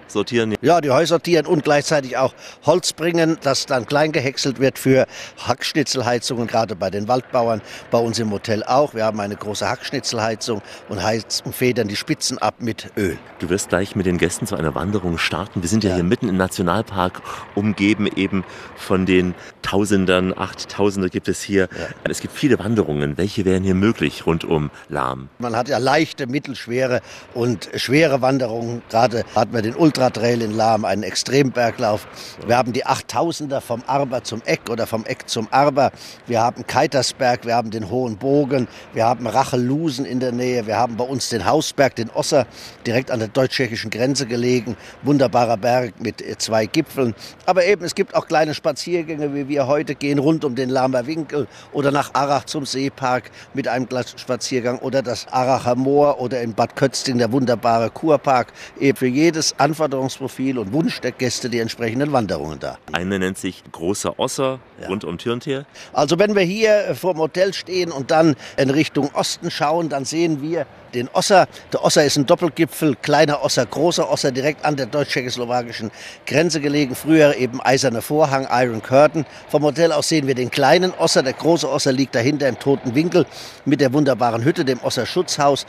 sortieren? Ja, die Heu sortieren und gleichzeitig auch Holz bringen, das dann klein gehäckselt wird für Hackschnitzelheizungen, gerade bei den Waldbauern, bei uns im Hotel auch. Wir haben eine große Hackschnitzelheizung und heizen und federn die Spitzen ab mit Öl. Du wirst gleich mit den Gästen zu einer Wanderung starten. Wir sind ja hier mitten im Nationalpark, umgeben eben von den Tausendern, 8000er gibt es hier. Ja. Es gibt viele Wanderungen. Welche wären hier möglich rund um Lahm? Man hat ja leichte, mittelschwere und schwere Wanderungen. Gerade hatten wir den Ultratrail in Lahm, einen Extremberglauf. Wir haben die 8000er vom Arber zum Eck oder vom Eck zum Arber. Wir haben Keitersberg, wir haben den Hohen Bogen, wir haben Rachelusen in der Nähe. Wir haben bei uns den Hausberg, den Osser, direkt an der deutsch-tschechischen Grenze gelegen. Wunderbarer Berg mit 2 Gipfeln. Aber eben, es gibt auch kleine Spaziergänge, wie wir heute gehen, rund um den Lahmer Winkel oder nach Arach zum Seepark mit einem Spaziergang oder das Aracher Moor oder in Bad Kötzting der wunderbare Kurpark. Eben für jedes Anforderungsprofil und Wunsch der Gäste die entsprechenden Wanderungen da. Eine nennt sich Großer Osser, rund um Türntier. Also wenn wir hier vor dem Hotel stehen und dann in Richtung Osten schauen, dann sehen wir den Osser. Der Osser ist ein Doppelgipfel, kleiner Osser, großer Osser, direkt an der deutsch-tschechoslowakischen Grenze gelegen. Früher eben eiserner Vorhang, Iron Curtain. Vom Hotel aus sehen wir den kleinen Osser. Der große Osser liegt dahinter im Toten Winkel mit der wunderbaren Hütte, dem Osser Schutzhaus,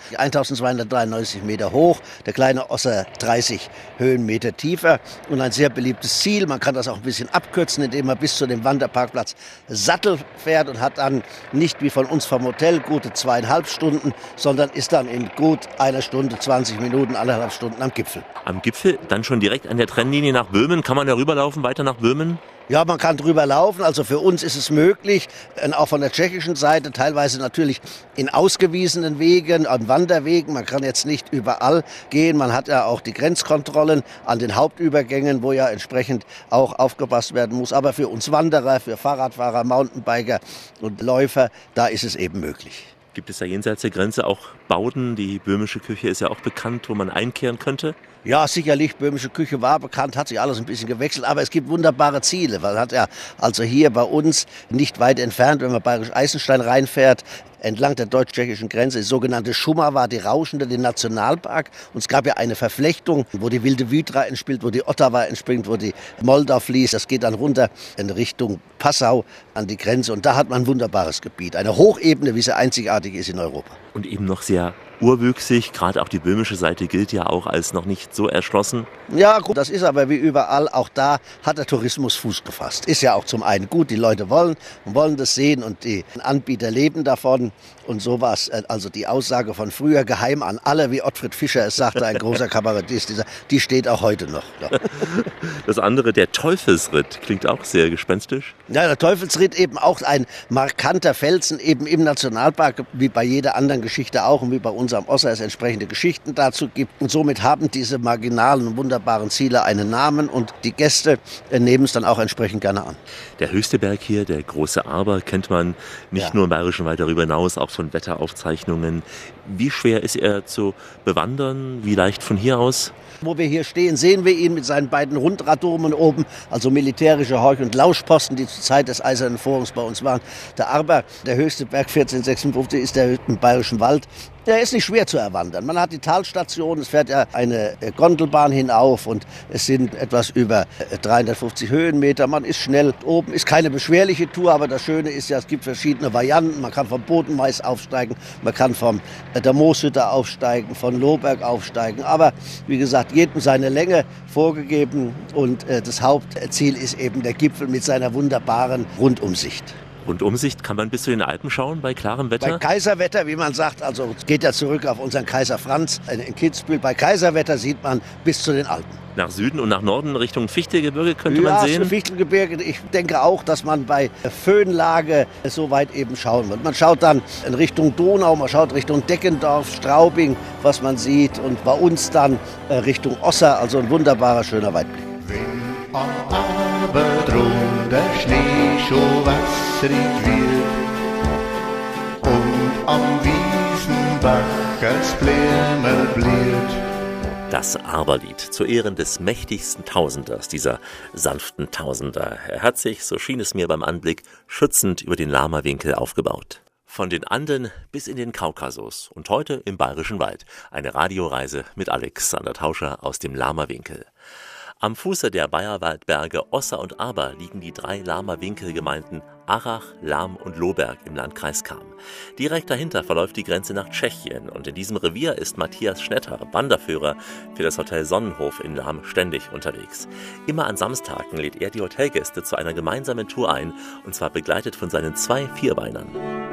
1293 Meter hoch. Der kleine Osser 30 Höhenmeter tiefer und ein sehr beliebtes Ziel. Man kann das auch ein bisschen abkürzen, indem man bis zu dem Wanderparkplatz Sattel fährt und hat dann nicht wie von uns vom Hotel gute 2,5 Stunden, sondern ist dann in gut 1 Stunde, 20 Minuten, 1,5 Stunden am Gipfel. Am Gipfel, dann schon direkt an der Trennlinie nach Böhmen. Kann man da rüberlaufen, weiter nach Böhmen? Ja, man kann drüber laufen, also für uns ist es möglich, auch von der tschechischen Seite, teilweise natürlich in ausgewiesenen Wegen, an Wanderwegen. Man kann jetzt nicht überall gehen, man hat ja auch die Grenzkontrollen an den Hauptübergängen, wo ja entsprechend auch aufgepasst werden muss. Aber für uns Wanderer, für Fahrradfahrer, Mountainbiker und Läufer, da ist es eben möglich. Gibt es da jenseits der Grenze auch Bauden? Die böhmische Küche ist ja auch bekannt, wo man einkehren könnte. Ja, sicherlich, böhmische Küche war bekannt, hat sich alles ein bisschen gewechselt, aber es gibt wunderbare Ziele. Man hat ja also hier bei uns nicht weit entfernt, wenn man Bayerisch Eisenstein reinfährt, entlang der deutsch-tschechischen Grenze, die sogenannte Schumava, die Rauschende, den Nationalpark. Und es gab ja eine Verflechtung, wo die Wilde Wydra entspringt, wo die Ottawa entspringt, wo die Moldau fließt. Das geht dann runter in Richtung Passau an die Grenze. Und da hat man ein wunderbares Gebiet. Eine Hochebene, wie sie einzigartig ist in Europa. Und eben noch sehr urwüchsig, gerade auch die böhmische Seite gilt ja auch als noch nicht so erschlossen. Ja, gut, das ist aber wie überall, auch da hat der Tourismus Fuß gefasst. Ist ja auch zum einen gut, die Leute wollen das sehen und die Anbieter leben davon. Und so war es, also die Aussage von früher, geheim an alle, wie Ottfried Fischer es sagte, ein großer Kabarettist, die steht auch heute noch. Das andere, der Teufelsritt, klingt auch sehr gespenstisch. Ja, der Teufelsritt eben auch ein markanter Felsen eben im Nationalpark, wie bei jeder anderen Geschichte auch und wie bei uns am Osser es entsprechende Geschichten dazu gibt. Und somit haben diese marginalen, wunderbaren Ziele einen Namen und die Gäste nehmen es dann auch entsprechend gerne an. Der höchste Berg hier, der Große Arber, kennt man nicht nur im Bayerischen Wald, darüber hinaus auch von Wetteraufzeichnungen. Wie schwer ist er zu bewandern? Wie leicht von hier aus? Wo wir hier stehen, sehen wir ihn mit seinen beiden Rundraddomen oben, also militärische Horch- und Lauschposten, die zur Zeit des Eisernen Vorhangs bei uns waren. Der Arber, der höchste Berg 1456, ist der im Bayerischen Wald. Der ist nicht schwer zu erwandern. Man hat die Talstation, es fährt ja eine Gondelbahn hinauf und es sind etwas über 350 Höhenmeter. Man ist schnell oben, ist keine beschwerliche Tour, aber das Schöne ist ja, es gibt verschiedene Varianten. Man kann vom Bodenmais aufsteigen, man kann von der Mooshütte aufsteigen, von Lohberg aufsteigen. Aber wie gesagt, jedem seine Länge vorgegeben und das Hauptziel ist eben der Gipfel mit seiner wunderbaren Rundumsicht. Rundumsicht kann man bis zu den Alpen schauen bei klarem Wetter? Bei Kaiserwetter, wie man sagt, also es geht ja zurück auf unseren Kaiser Franz in Kitzbühel. Bei Kaiserwetter sieht man bis zu den Alpen. Nach Süden und nach Norden Richtung Fichtelgebirge könnte man sehen? Ja, Fichtelgebirge. Ich denke auch, dass man bei Föhnlage so weit eben schauen wird. Man schaut dann in Richtung Donau, man schaut Richtung Deckendorf, Straubing, was man sieht. Und bei uns dann Richtung Osser, also ein wunderbarer, schöner Weitblick. Wenn am Abendrund der Schnee schon wässrig wird und am Wiesenbach als Blumen blüht. Das Arberlied zu Ehren des mächtigsten Tausenders, dieser sanften Tausender. Er hat sich, so schien es mir beim Anblick, schützend über den Lahmer Winkel aufgebaut. Von den Anden bis in den Kaukasus und heute im Bayerischen Wald. Eine Radioreise mit Alexander Tauscher aus dem Lahmer-Winkel. Am Fuße der Bayerwaldberge Osser und Aber liegen die 3 Lahmer-Winkel-Gemeinden Arach, Lahm und Lohberg im Landkreis Cham. Direkt dahinter verläuft die Grenze nach Tschechien und in diesem Revier ist Matthias Schnetter, Wanderführer für das Hotel Sonnenhof in Lahm, ständig unterwegs. Immer an Samstagen lädt er die Hotelgäste zu einer gemeinsamen Tour ein, und zwar begleitet von seinen 2 Vierbeinern.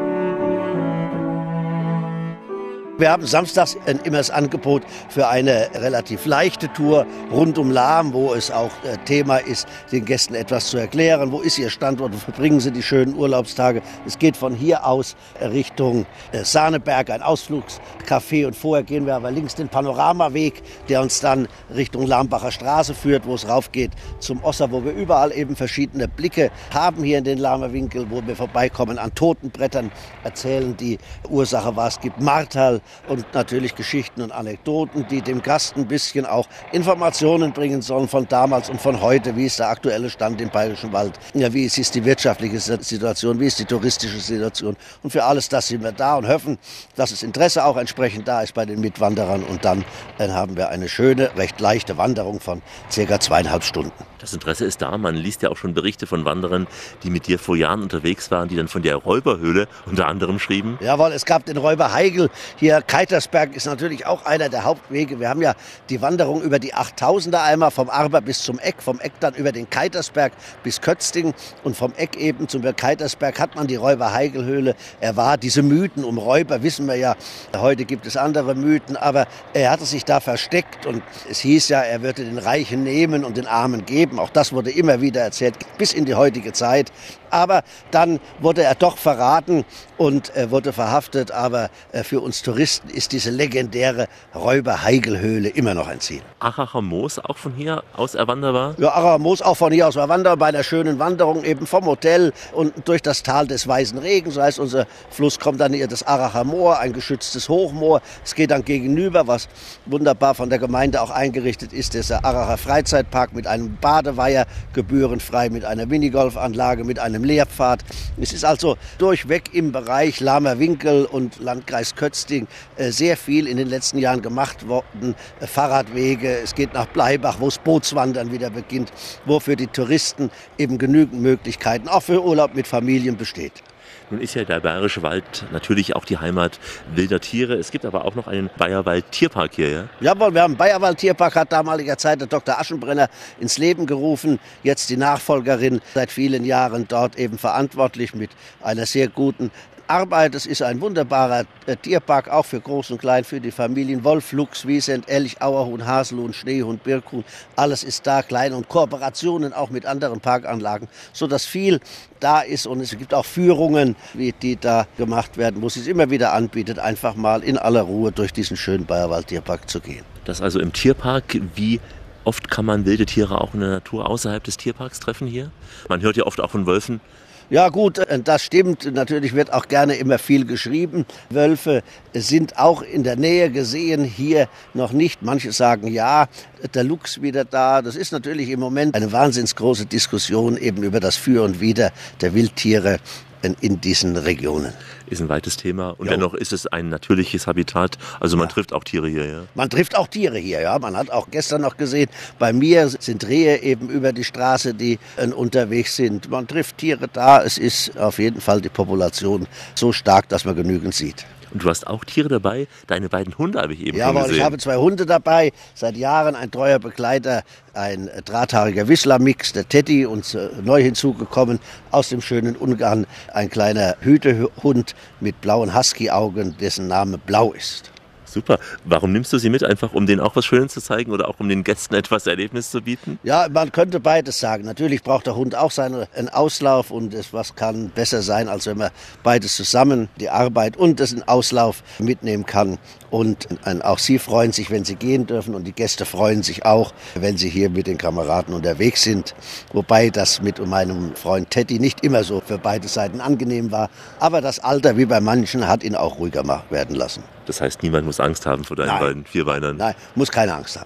Wir haben samstags immer das Angebot für eine relativ leichte Tour rund um Lahm, wo es auch Thema ist, den Gästen etwas zu erklären. Wo ist ihr Standort? Wo verbringen sie die schönen Urlaubstage? Es geht von hier aus Richtung Sahneberg, ein Ausflugscafé. Und vorher gehen wir aber links den Panoramaweg, der uns dann Richtung Lahmbacher Straße führt, wo es raufgeht zum Osser, wo wir überall eben verschiedene Blicke haben hier in den Lahmer Winkel, wo wir vorbeikommen an Totenbrettern, erzählen die Ursache, was es gibt, Martal, und natürlich Geschichten und Anekdoten, die dem Gast ein bisschen auch Informationen bringen sollen von damals und von heute. Wie ist der aktuelle Stand im Bayerischen Wald? Ja, wie ist die wirtschaftliche Situation? Wie ist die touristische Situation? Und für alles das sind wir da und hoffen, dass das Interesse auch entsprechend da ist bei den Mitwanderern. Und dann haben wir eine schöne, recht leichte Wanderung von ca. 2,5 Stunden. Das Interesse ist da. Man liest ja auch schon Berichte von Wanderern, die mit dir vor Jahren unterwegs waren, die dann von der Räuberhöhle unter anderem schrieben. Jawohl, es gab den Räuber Heigl. Hier Keitersberg ist natürlich auch einer der Hauptwege. Wir haben ja die Wanderung über die 8000er einmal vom Arber bis zum Eck, vom Eck dann über den Keitersberg bis Kötzting und vom Eck eben zum Keitersberg hat man die Räuber-Heigl-Höhle. Er war diese Mythen um Räuber, wissen wir ja, heute gibt es andere Mythen, aber er hatte sich da versteckt und es hieß ja, er würde den Reichen nehmen und den Armen geben. Auch das wurde immer wieder erzählt, bis in die heutige Zeit. Aber dann wurde er doch verraten und wurde verhaftet. Aber für uns Touristen ist diese legendäre Räuber-Heigl-Höhle immer noch ein Ziel. Aracher Moos auch von hier aus erwanderbar? Ja, Aracher Moos auch von hier aus erwanderbar, bei einer schönen Wanderung eben vom Hotel und durch das Tal des Weißen Regens. Das heißt, unser Fluss kommt dann hier das Aracher Moor, ein geschütztes Hochmoor. Es geht dann gegenüber, was wunderbar von der Gemeinde auch eingerichtet ist, dieser Aracher Freizeitpark mit einem Badeweiher, gebührenfrei, mit einer Minigolfanlage, mit einem Lehrpfad. Es ist also durchweg im Bereich Lahmer Winkel und Landkreis Kötzting sehr viel in den letzten Jahren gemacht worden. Fahrradwege, es geht nach Bleibach, wo das Bootswandern wieder beginnt, wo für die Touristen eben genügend Möglichkeiten, auch für Urlaub mit Familien besteht. Nun ist ja der Bayerische Wald natürlich auch die Heimat wilder Tiere. Es gibt aber auch noch einen Bayerwald-Tierpark hier, ja? Jawohl, wir haben einen Bayerwald-Tierpark, hat damaliger Zeit der Dr. Aschenbrenner ins Leben gerufen. Jetzt die Nachfolgerin, seit vielen Jahren dort eben verantwortlich mit einer sehr guten Arbeit. Es ist ein wunderbarer Tierpark, auch für Groß und Klein, für die Familien. Wolf, Luchs, Wiesent, Elch, Auerhuhn, Haselhuhn, Schneehund, Birkhuhn, alles ist da, klein und Kooperationen auch mit anderen Parkanlagen, sodass viel da ist und es gibt auch Führungen, wie die da gemacht werden, wo sie es immer wieder anbietet, einfach mal in aller Ruhe durch diesen schönen Bayerwald-Tierpark zu gehen. Das also im Tierpark, wie oft kann man wilde Tiere auch in der Natur außerhalb des Tierparks treffen hier? Man hört ja oft auch von Wölfen. Ja gut, das stimmt. Natürlich wird auch gerne immer viel geschrieben. Wölfe sind auch in der Nähe gesehen, hier noch nicht. Manche sagen ja, der Luchs wieder da. Das ist natürlich im Moment eine wahnsinnig große Diskussion eben über das Für und Wider der Wildtiere in diesen Regionen. Ist ein weites Thema und dennoch ist es ein natürliches Habitat. Also man trifft auch Tiere hier, ja? Man trifft auch Tiere hier, ja. Man hat auch gestern noch gesehen, bei mir sind Rehe eben über die Straße, die unterwegs sind. Man trifft Tiere da. Es ist auf jeden Fall die Population so stark, dass man genügend sieht. Und du hast auch Tiere dabei? Deine beiden Hunde habe ich eben gesehen. Ja, ich habe 2 Hunde dabei. Seit Jahren ein treuer Begleiter, ein drahthaariger Whistler-Mix, der Teddy, uns neu hinzugekommen aus dem schönen Ungarn. Ein kleiner Hütehund mit blauen Husky-Augen, dessen Name Blau ist. Super. Warum nimmst du sie mit? Einfach um denen auch was Schönes zu zeigen oder auch um den Gästen etwas Erlebnis zu bieten? Ja, man könnte beides sagen. Natürlich braucht der Hund auch seinen Auslauf und was kann besser sein, als wenn man beides zusammen, die Arbeit und den Auslauf mitnehmen kann. Und auch sie freuen sich, wenn sie gehen dürfen und die Gäste freuen sich auch, wenn sie hier mit den Kameraden unterwegs sind. Wobei das mit meinem Freund Teddy nicht immer so für beide Seiten angenehm war. Aber das Alter, wie bei manchen, hat ihn auch ruhiger werden lassen. Das heißt, niemand muss Angst haben vor deinen beiden Vierbeinern? Nein, muss keine Angst haben.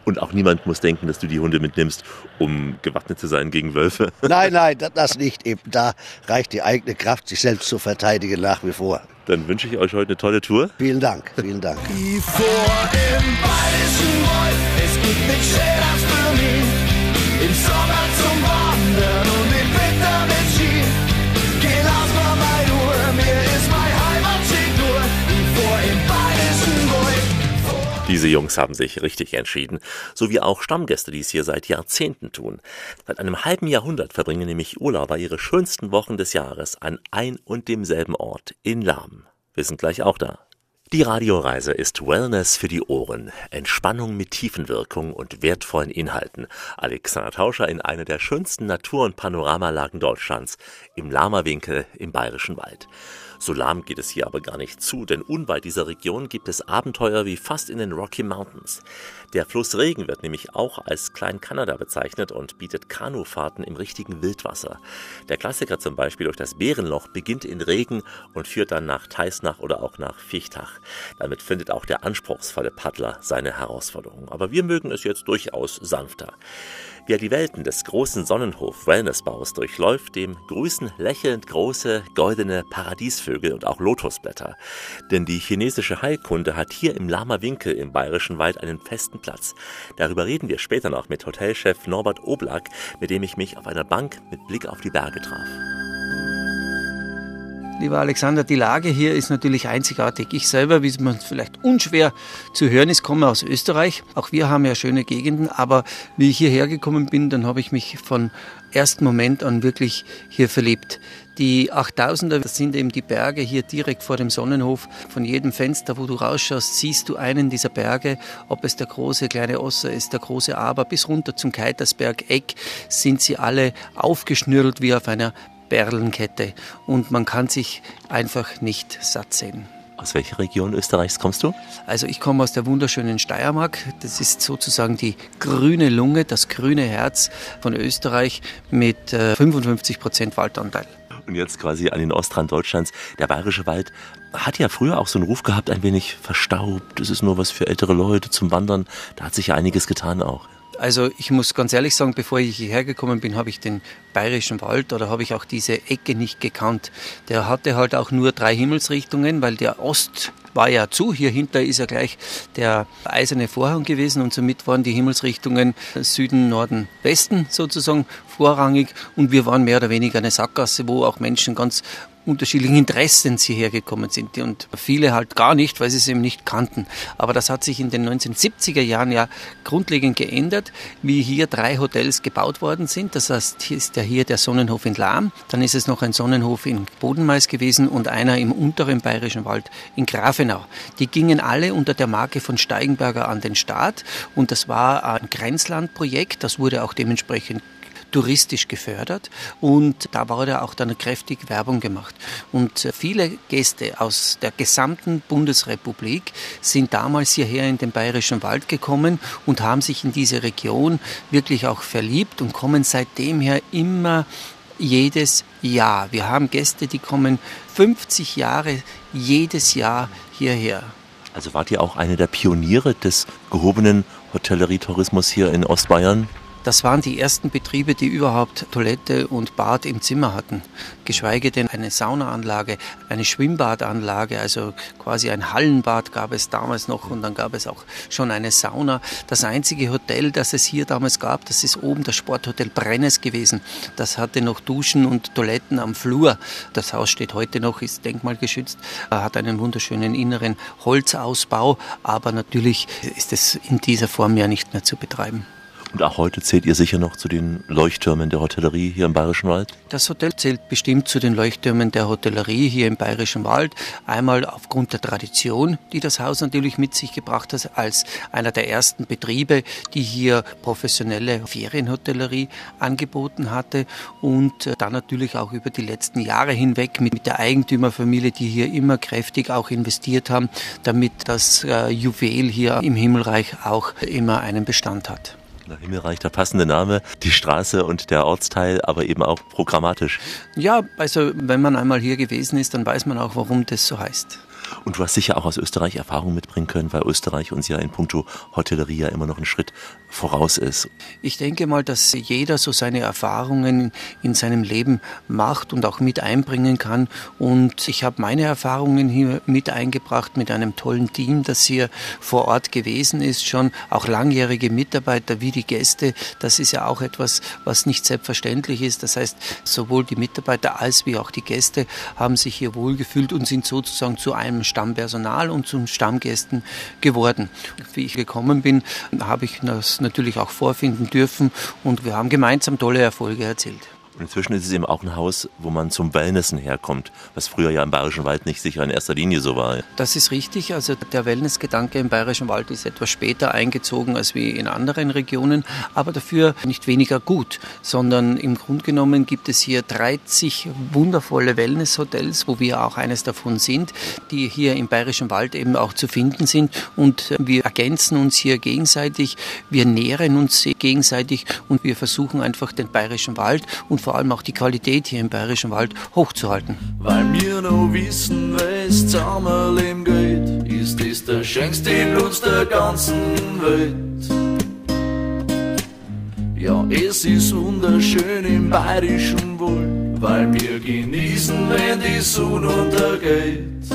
Und auch niemand muss denken, dass du die Hunde mitnimmst, um gewappnet zu sein gegen Wölfe. Nein, das nicht. Eben da reicht die eigene Kraft, sich selbst zu verteidigen, nach wie vor. Dann wünsche ich euch heute eine tolle Tour. Vielen Dank, vielen Dank. Die vor im Bayerischen Wald, es gibt nichts Schöneres für mich. Im Sommer zum Wandern und im Winter mit Ski. Gelass mal mein Uhr, mir ist mein Heimatschick nur. Die vor im Bayerischen Wald. Diese Jungs haben sich richtig entschieden, so wie auch Stammgäste, die es hier seit Jahrzehnten tun. Seit einem halben Jahrhundert verbringen nämlich Urlauber ihre schönsten Wochen des Jahres an ein und demselben Ort in Lahm. Wir sind gleich auch da. Die Radioreise ist Wellness für die Ohren, Entspannung mit Tiefenwirkung und wertvollen Inhalten. Alexander Tauscher in einer der schönsten Natur- und Panoramalagen Deutschlands, im Lahmer Winkel im Bayerischen Wald. So lahm geht es hier aber gar nicht zu, denn unweit dieser Region gibt es Abenteuer wie fast in den Rocky Mountains. Der Fluss Regen wird nämlich auch als Klein-Kanada bezeichnet und bietet Kanufahrten im richtigen Wildwasser. Der Klassiker zum Beispiel durch das Bärenloch beginnt in Regen und führt dann nach Teisnach oder auch nach Fichtach. Damit findet auch der anspruchsvolle Paddler seine Herausforderung. Aber wir mögen es jetzt durchaus sanfter. Wer die Welten des großen Sonnenhof-Wellnessbaus durchläuft, dem grüßen lächelnd große, goldene Paradiesvögel und auch Lotusblätter. Denn die chinesische Heilkunde hat hier im Lahmer Winkel im Bayerischen Wald einen festen Platz. Darüber reden wir später noch mit Hotelchef Norbert Oblak, mit dem ich mich auf einer Bank mit Blick auf die Berge traf. Lieber Alexander, die Lage hier ist natürlich einzigartig. Ich selber, wie man vielleicht unschwer zu hören ist, komme aus Österreich. Auch wir haben ja schöne Gegenden, aber wie ich hierher gekommen bin, dann habe ich mich von ersten Moment an wirklich hier verliebt. Die 8000er, das sind eben die Berge hier direkt vor dem Sonnenhof. Von jedem Fenster, wo du rausschaust, siehst du einen dieser Berge. Ob es der große kleine Osser ist, der große Aber, bis runter zum Keitersberg Eck sind sie alle aufgeschnürlt wie auf einer Perlenkette und man kann sich einfach nicht satt sehen. Aus welcher Region Österreichs kommst du? Also ich komme aus der wunderschönen Steiermark. Das ist sozusagen die grüne Lunge, das grüne Herz von Österreich mit 55% Waldanteil. Und jetzt quasi an den Ostrand Deutschlands. Der Bayerische Wald hat ja früher auch so einen Ruf gehabt, ein wenig verstaubt. Das ist nur was für ältere Leute zum Wandern. Da hat sich ja einiges getan auch. Also ich muss ganz ehrlich sagen, bevor ich hierher gekommen bin, habe ich den Bayerischen Wald oder habe ich auch diese Ecke nicht gekannt. Der hatte halt auch nur 3 Himmelsrichtungen, weil der Ost war ja zu. Hier hinter ist ja gleich der eiserne Vorhang gewesen und somit waren die Himmelsrichtungen Süden, Norden, Westen sozusagen vorrangig und wir waren mehr oder weniger eine Sackgasse, wo auch Menschen ganz unterschiedlichen Interessen hierher gekommen sind und viele halt gar nicht, weil sie es eben nicht kannten. Aber das hat sich in den 1970er Jahren ja grundlegend geändert, wie hier 3 Hotels gebaut worden sind. Das heißt, hier ist ja hier der Sonnenhof in Lahm, dann ist es noch ein Sonnenhof in Bodenmais gewesen und einer im unteren Bayerischen Wald in Grafenau. Die gingen alle unter der Marke von Steigenberger an den Start und das war ein Grenzlandprojekt, das wurde auch dementsprechend touristisch gefördert und da wurde auch dann kräftig Werbung gemacht. Und viele Gäste aus der gesamten Bundesrepublik sind damals hierher in den Bayerischen Wald gekommen und haben sich in diese Region wirklich auch verliebt und kommen seitdem her immer jedes Jahr. Wir haben Gäste, die kommen 50 Jahre jedes Jahr hierher. Also wart ihr auch eine der Pioniere des gehobenen Hotellerietourismus hier in Ostbayern? Das waren die ersten Betriebe, die überhaupt Toilette und Bad im Zimmer hatten. Geschweige denn eine Saunaanlage, eine Schwimmbadanlage, also quasi ein Hallenbad gab es damals noch und dann gab es auch schon eine Sauna. Das einzige Hotel, das es hier damals gab, das ist oben das Sporthotel Brennes gewesen. Das hatte noch Duschen und Toiletten am Flur. Das Haus steht heute noch, ist denkmalgeschützt, hat einen wunderschönen inneren Holzausbau, aber natürlich ist es in dieser Form ja nicht mehr zu betreiben. Und auch heute zählt ihr sicher noch zu den Leuchttürmen der Hotellerie hier im Bayerischen Wald? Das Hotel zählt bestimmt zu den Leuchttürmen der Hotellerie hier im Bayerischen Wald. Einmal aufgrund der Tradition, die das Haus natürlich mit sich gebracht hat, als einer der ersten Betriebe, die hier professionelle Ferienhotellerie angeboten hatte. Und dann natürlich auch über die letzten Jahre hinweg mit der Eigentümerfamilie, die hier immer kräftig auch investiert haben, damit das Juwel hier im Himmelreich auch immer einen Bestand hat. Himmelreich, der passende Name, die Straße und der Ortsteil, aber eben auch programmatisch. Ja, also wenn man einmal hier gewesen ist, dann weiß man auch, warum das so heißt. Und du hast sicher auch aus Österreich Erfahrungen mitbringen können, weil Österreich uns ja in puncto Hotellerie ja immer noch einen Schritt voraus ist. Ich denke mal, dass jeder so seine Erfahrungen in seinem Leben macht und auch mit einbringen kann. Und ich habe meine Erfahrungen hier mit eingebracht mit einem tollen Team, das hier vor Ort gewesen ist, schon auch langjährige Mitarbeiter wie die Gäste. Das ist ja auch etwas, was nicht selbstverständlich ist. Das heißt, sowohl die Mitarbeiter als wie auch die Gäste haben sich hier wohlgefühlt und sind sozusagen zu einem Stammpersonal und zu Stammgästen geworden. Wie ich gekommen bin, habe ich das natürlich auch vorfinden dürfen und wir haben gemeinsam tolle Erfolge erzielt. Und inzwischen ist es eben auch ein Haus, wo man zum Wellnessen herkommt, was früher ja im Bayerischen Wald nicht sicher in erster Linie so war. Das ist richtig. Also der Wellnessgedanke im Bayerischen Wald ist etwas später eingezogen als wie in anderen Regionen, aber dafür nicht weniger gut, sondern im Grunde genommen gibt es hier 30 wundervolle Wellnesshotels, wo wir auch eines davon sind, die hier im Bayerischen Wald eben auch zu finden sind und wir ergänzen uns hier gegenseitig, wir nähren uns gegenseitig und wir versuchen einfach den Bayerischen Wald und vor allem auch die Qualität hier im Bayerischen Wald hochzuhalten. Weil wir noch wissen, wes Zusammenleben geht, ist das der schönste Platz der ganzen Welt. Ja, es ist wunderschön im Bayerischen Wald, weil wir genießen, wenn die Sonne untergeht.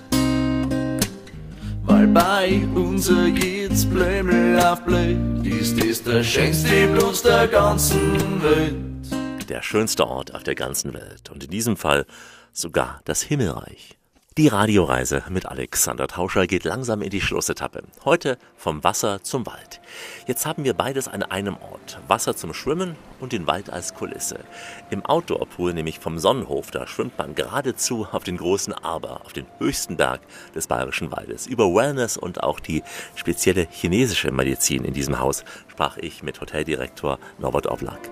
Weil bei uns jetzt Blümel aufbläht, ist das der schönste Platz der ganzen Welt. Der schönste Ort auf der ganzen Welt und in diesem Fall sogar das Himmelreich. Die Radioreise mit Alexander Tauscher geht langsam in die Schlussetappe. Heute vom Wasser zum Wald. Jetzt haben wir beides an einem Ort. Wasser zum Schwimmen und den Wald als Kulisse. Im Outdoor-Pool, nämlich vom Sonnenhof, da schwimmt man geradezu auf den großen Arber, auf den höchsten Berg des Bayerischen Waldes. Über Wellness und auch die spezielle chinesische Medizin in diesem Haus sprach ich mit Hoteldirektor Norbert Oblak.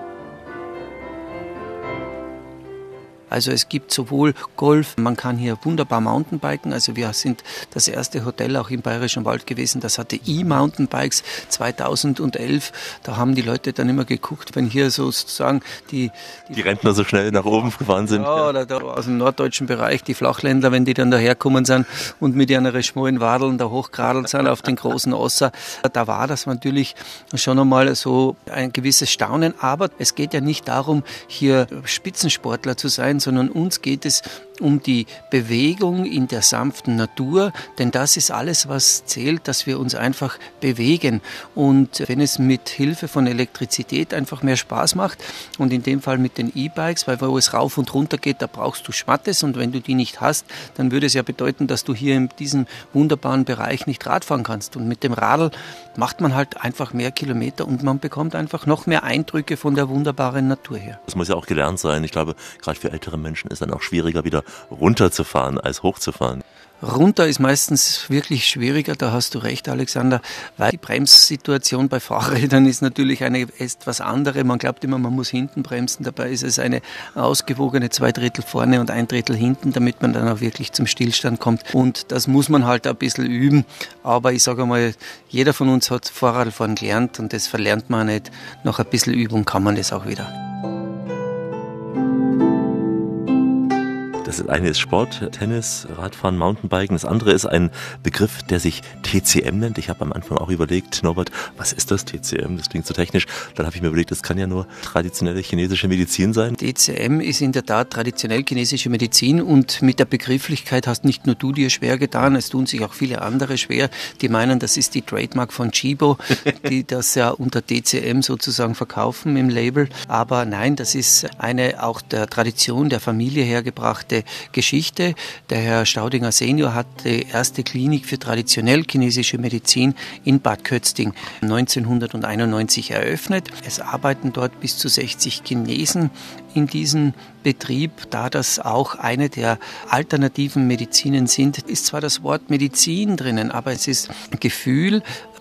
Also es gibt sowohl Golf, man kann hier wunderbar Mountainbiken. Also wir sind das erste Hotel auch im Bayerischen Wald gewesen, das hatte E-Mountainbikes 2011. Da haben die Leute dann immer geguckt, wenn hier sozusagen die Rentner so schnell nach oben gefahren sind. Ja, oder da aus dem norddeutschen Bereich, die Flachländer, wenn die dann daherkommen sind und mit ihren schmalen Wadeln da hochgeradelt sind auf den großen Osser. Da war das natürlich schon einmal so ein gewisses Staunen. Aber es geht ja nicht darum, hier Spitzensportler zu sein, sondern uns geht es um die Bewegung in der sanften Natur, denn das ist alles, was zählt, dass wir uns einfach bewegen. Und wenn es mit Hilfe von Elektrizität einfach mehr Spaß macht und in dem Fall mit den E-Bikes, weil wo es rauf und runter geht, da brauchst du Schmattes und wenn du die nicht hast, dann würde es ja bedeuten, dass du hier in diesem wunderbaren Bereich nicht Radfahren kannst. Und mit dem Radl macht man halt einfach mehr Kilometer und man bekommt einfach noch mehr Eindrücke von der wunderbaren Natur her. Das muss ja auch gelernt sein. Ich glaube, gerade für ältere Menschen ist dann auch schwieriger, wieder runterzufahren als hochzufahren. Runter ist meistens wirklich schwieriger, da hast du recht, Alexander, weil die Bremssituation bei Fahrrädern ist natürlich eine etwas andere. Man glaubt immer, man muss hinten bremsen, dabei ist es eine ausgewogene 2/3 vorne und 1/3 hinten, damit man dann auch wirklich zum Stillstand kommt. Und das muss man halt ein bisschen üben, aber ich sage mal, jeder von uns hat Fahrradfahren gelernt und das verlernt man nicht. Nach ein bisschen Übung kann man das auch wieder. Das eine ist Sport, Tennis, Radfahren, Mountainbiken. Das andere ist ein Begriff, der sich TCM nennt. Ich habe am Anfang auch überlegt, Norbert, was ist das TCM? Das klingt so technisch. Dann habe ich mir überlegt, das kann ja nur traditionelle chinesische Medizin sein. TCM ist in der Tat traditionell chinesische Medizin und mit der Begrifflichkeit hast nicht nur du dir schwer getan, es tun sich auch viele andere schwer. Die meinen, das ist die Trademark von Chibo, die das ja unter TCM sozusagen verkaufen im Label. Aber nein, das ist eine auch der Tradition der Familie hergebrachte Geschichte. Der Herr Staudinger Senior hat die erste Klinik für traditionell chinesische Medizin in Bad Kötzting 1991 eröffnet. Es arbeiten dort bis zu 60 Chinesen in diesem Betrieb, da das auch eine der alternativen Medizinen sind, ist zwar das Wort Medizin drinnen, aber es ist Gefühl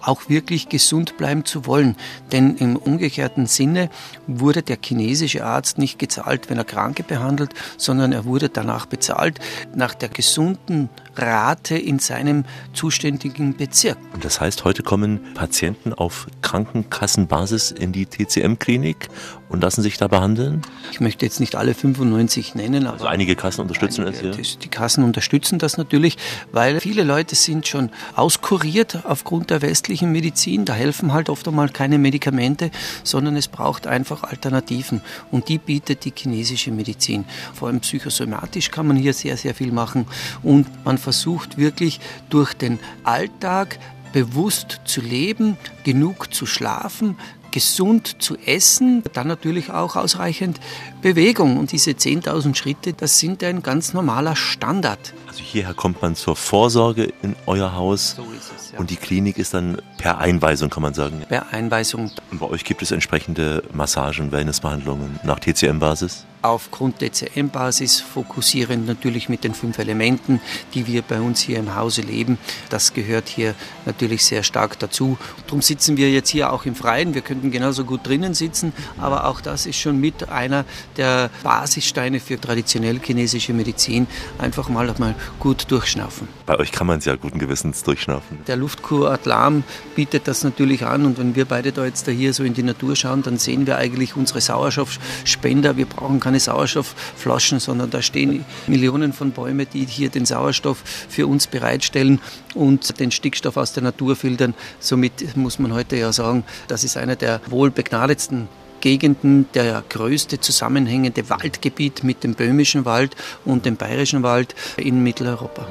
auch wirklich gesund bleiben zu wollen. Denn im umgekehrten Sinne wurde der chinesische Arzt nicht gezahlt, wenn er Kranke behandelt, sondern er wurde danach bezahlt, nach der gesunden Rate in seinem zuständigen Bezirk. Und das heißt, heute kommen Patienten auf Krankenkassenbasis in die TCM-Klinik und lassen sich da behandeln? Ich möchte jetzt nicht alle 95 nennen. Aber also einige Kassen unterstützen das hier? Die Kassen unterstützen das natürlich, weil viele Leute sind schon auskuriert aufgrund der westlichen Medizin. Da helfen halt oft einmal keine Medikamente, sondern es braucht einfach Alternativen. Und die bietet die chinesische Medizin. Vor allem psychosomatisch kann man hier sehr, sehr viel machen. Und man versucht wirklich durch den Alltag bewusst zu leben, genug zu schlafen, gesund zu essen, dann natürlich auch ausreichend Bewegung. Und diese 10.000 Schritte, das sind ein ganz normaler Standard. Also hierher kommt man zur Vorsorge in euer Haus. So ist es, ja. Und die Klinik ist dann per Einweisung, kann man sagen. Per Einweisung. Und bei euch gibt es entsprechende Massagen, Wellnessbehandlungen nach TCM-Basis? Aufgrund TCM-Basis fokussierend natürlich mit den 5 Elementen, die wir bei uns hier im Hause leben. Das gehört hier natürlich sehr stark dazu. Darum sitzen wir jetzt hier auch im Freien. Wir könnten genauso gut drinnen sitzen, aber auch das ist schon mit einer der Basissteine für traditionell chinesische Medizin. Einfach mal gut durchschnaufen. Bei euch kann man es ja guten Gewissens durchschnaufen. Der Luftkurort Lahm bietet das natürlich an und wenn wir beide da jetzt hier so in die Natur schauen, dann sehen wir eigentlich unsere Sauerstoffspender. Wir brauchen keine Sauerstoffflaschen, sondern da stehen Millionen von Bäumen, die hier den Sauerstoff für uns bereitstellen und den Stickstoff aus der Natur filtern. Somit muss man heute ja sagen, das ist einer der wohl begnadetsten Gegenden, der größte zusammenhängende Waldgebiet mit dem Böhmischen Wald und dem Bayerischen Wald in Mitteleuropa.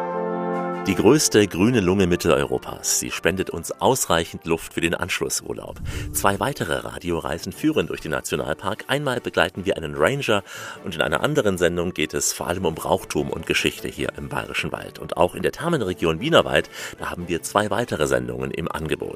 Die größte grüne Lunge Mitteleuropas. Sie spendet uns ausreichend Luft für den Anschlussurlaub. 2 weitere Radioreisen führen durch den Nationalpark. Einmal begleiten wir einen Ranger und in einer anderen Sendung geht es vor allem um Brauchtum und Geschichte hier im Bayerischen Wald. Und auch in der Thermenregion Wienerwald, da haben wir 2 weitere Sendungen im Angebot.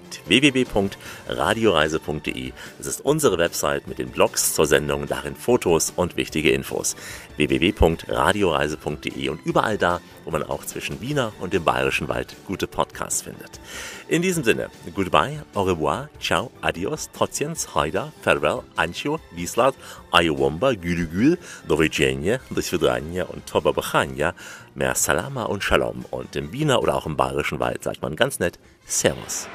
www.radioreise.de. Das ist unsere Website mit den Blogs zur Sendung, darin Fotos und wichtige Infos. www.radioreise.de und überall da, wo man auch zwischen Wiener und dem Bayerischen Wald gute Podcasts findet. In diesem Sinne, goodbye, au revoir, ciao, adios, trotziens, hajda, farewell, ancio, bislat, ayowomba, gülügül, do widzenia, do svidania und toba bachania, mehr salama und shalom. Und im Wiener oder auch im Bayerischen Wald sagt man ganz nett Servus.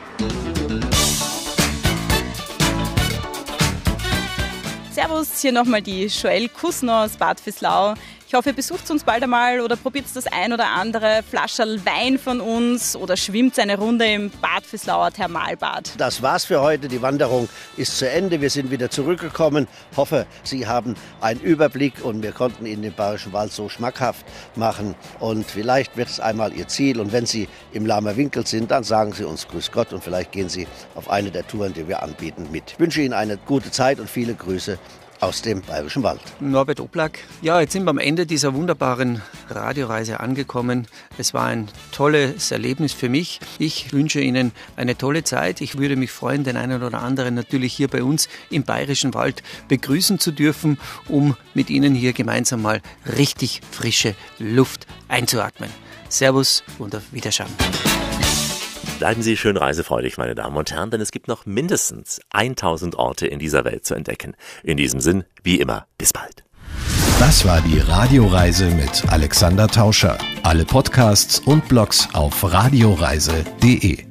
Servus, hier nochmal die Joelle Kusner aus Bad Visslau. Ich hoffe, ihr besucht uns bald einmal oder probiert das ein oder andere Flascherl Wein von uns oder schwimmt eine Runde im Bad Visslauer Thermalbad. Das war's für heute. Die Wanderung ist zu Ende. Wir sind wieder zurückgekommen. Hoffe, Sie haben einen Überblick und wir konnten Ihnen den Bayerischen Wald so schmackhaft machen. Und vielleicht wird es einmal Ihr Ziel. Und wenn Sie im Lahmer Winkel sind, dann sagen Sie uns Grüß Gott und vielleicht gehen Sie auf eine der Touren, die wir anbieten, mit. Ich wünsche Ihnen eine gute Zeit und viele Grüße aus dem Bayerischen Wald. Norbert Oblak. Ja, jetzt sind wir am Ende dieser wunderbaren Radioreise angekommen. Es war ein tolles Erlebnis für mich. Ich wünsche Ihnen eine tolle Zeit. Ich würde mich freuen, den einen oder anderen natürlich hier bei uns im Bayerischen Wald begrüßen zu dürfen, um mit Ihnen hier gemeinsam mal richtig frische Luft einzuatmen. Servus und auf Wiederschauen. Bleiben Sie schön reisefreudig, meine Damen und Herren, denn es gibt noch mindestens 1000 Orte in dieser Welt zu entdecken. In diesem Sinn, wie immer, bis bald. Das war die Radioreise mit Alexander Tauscher. Alle Podcasts und Blogs auf radioreise.de.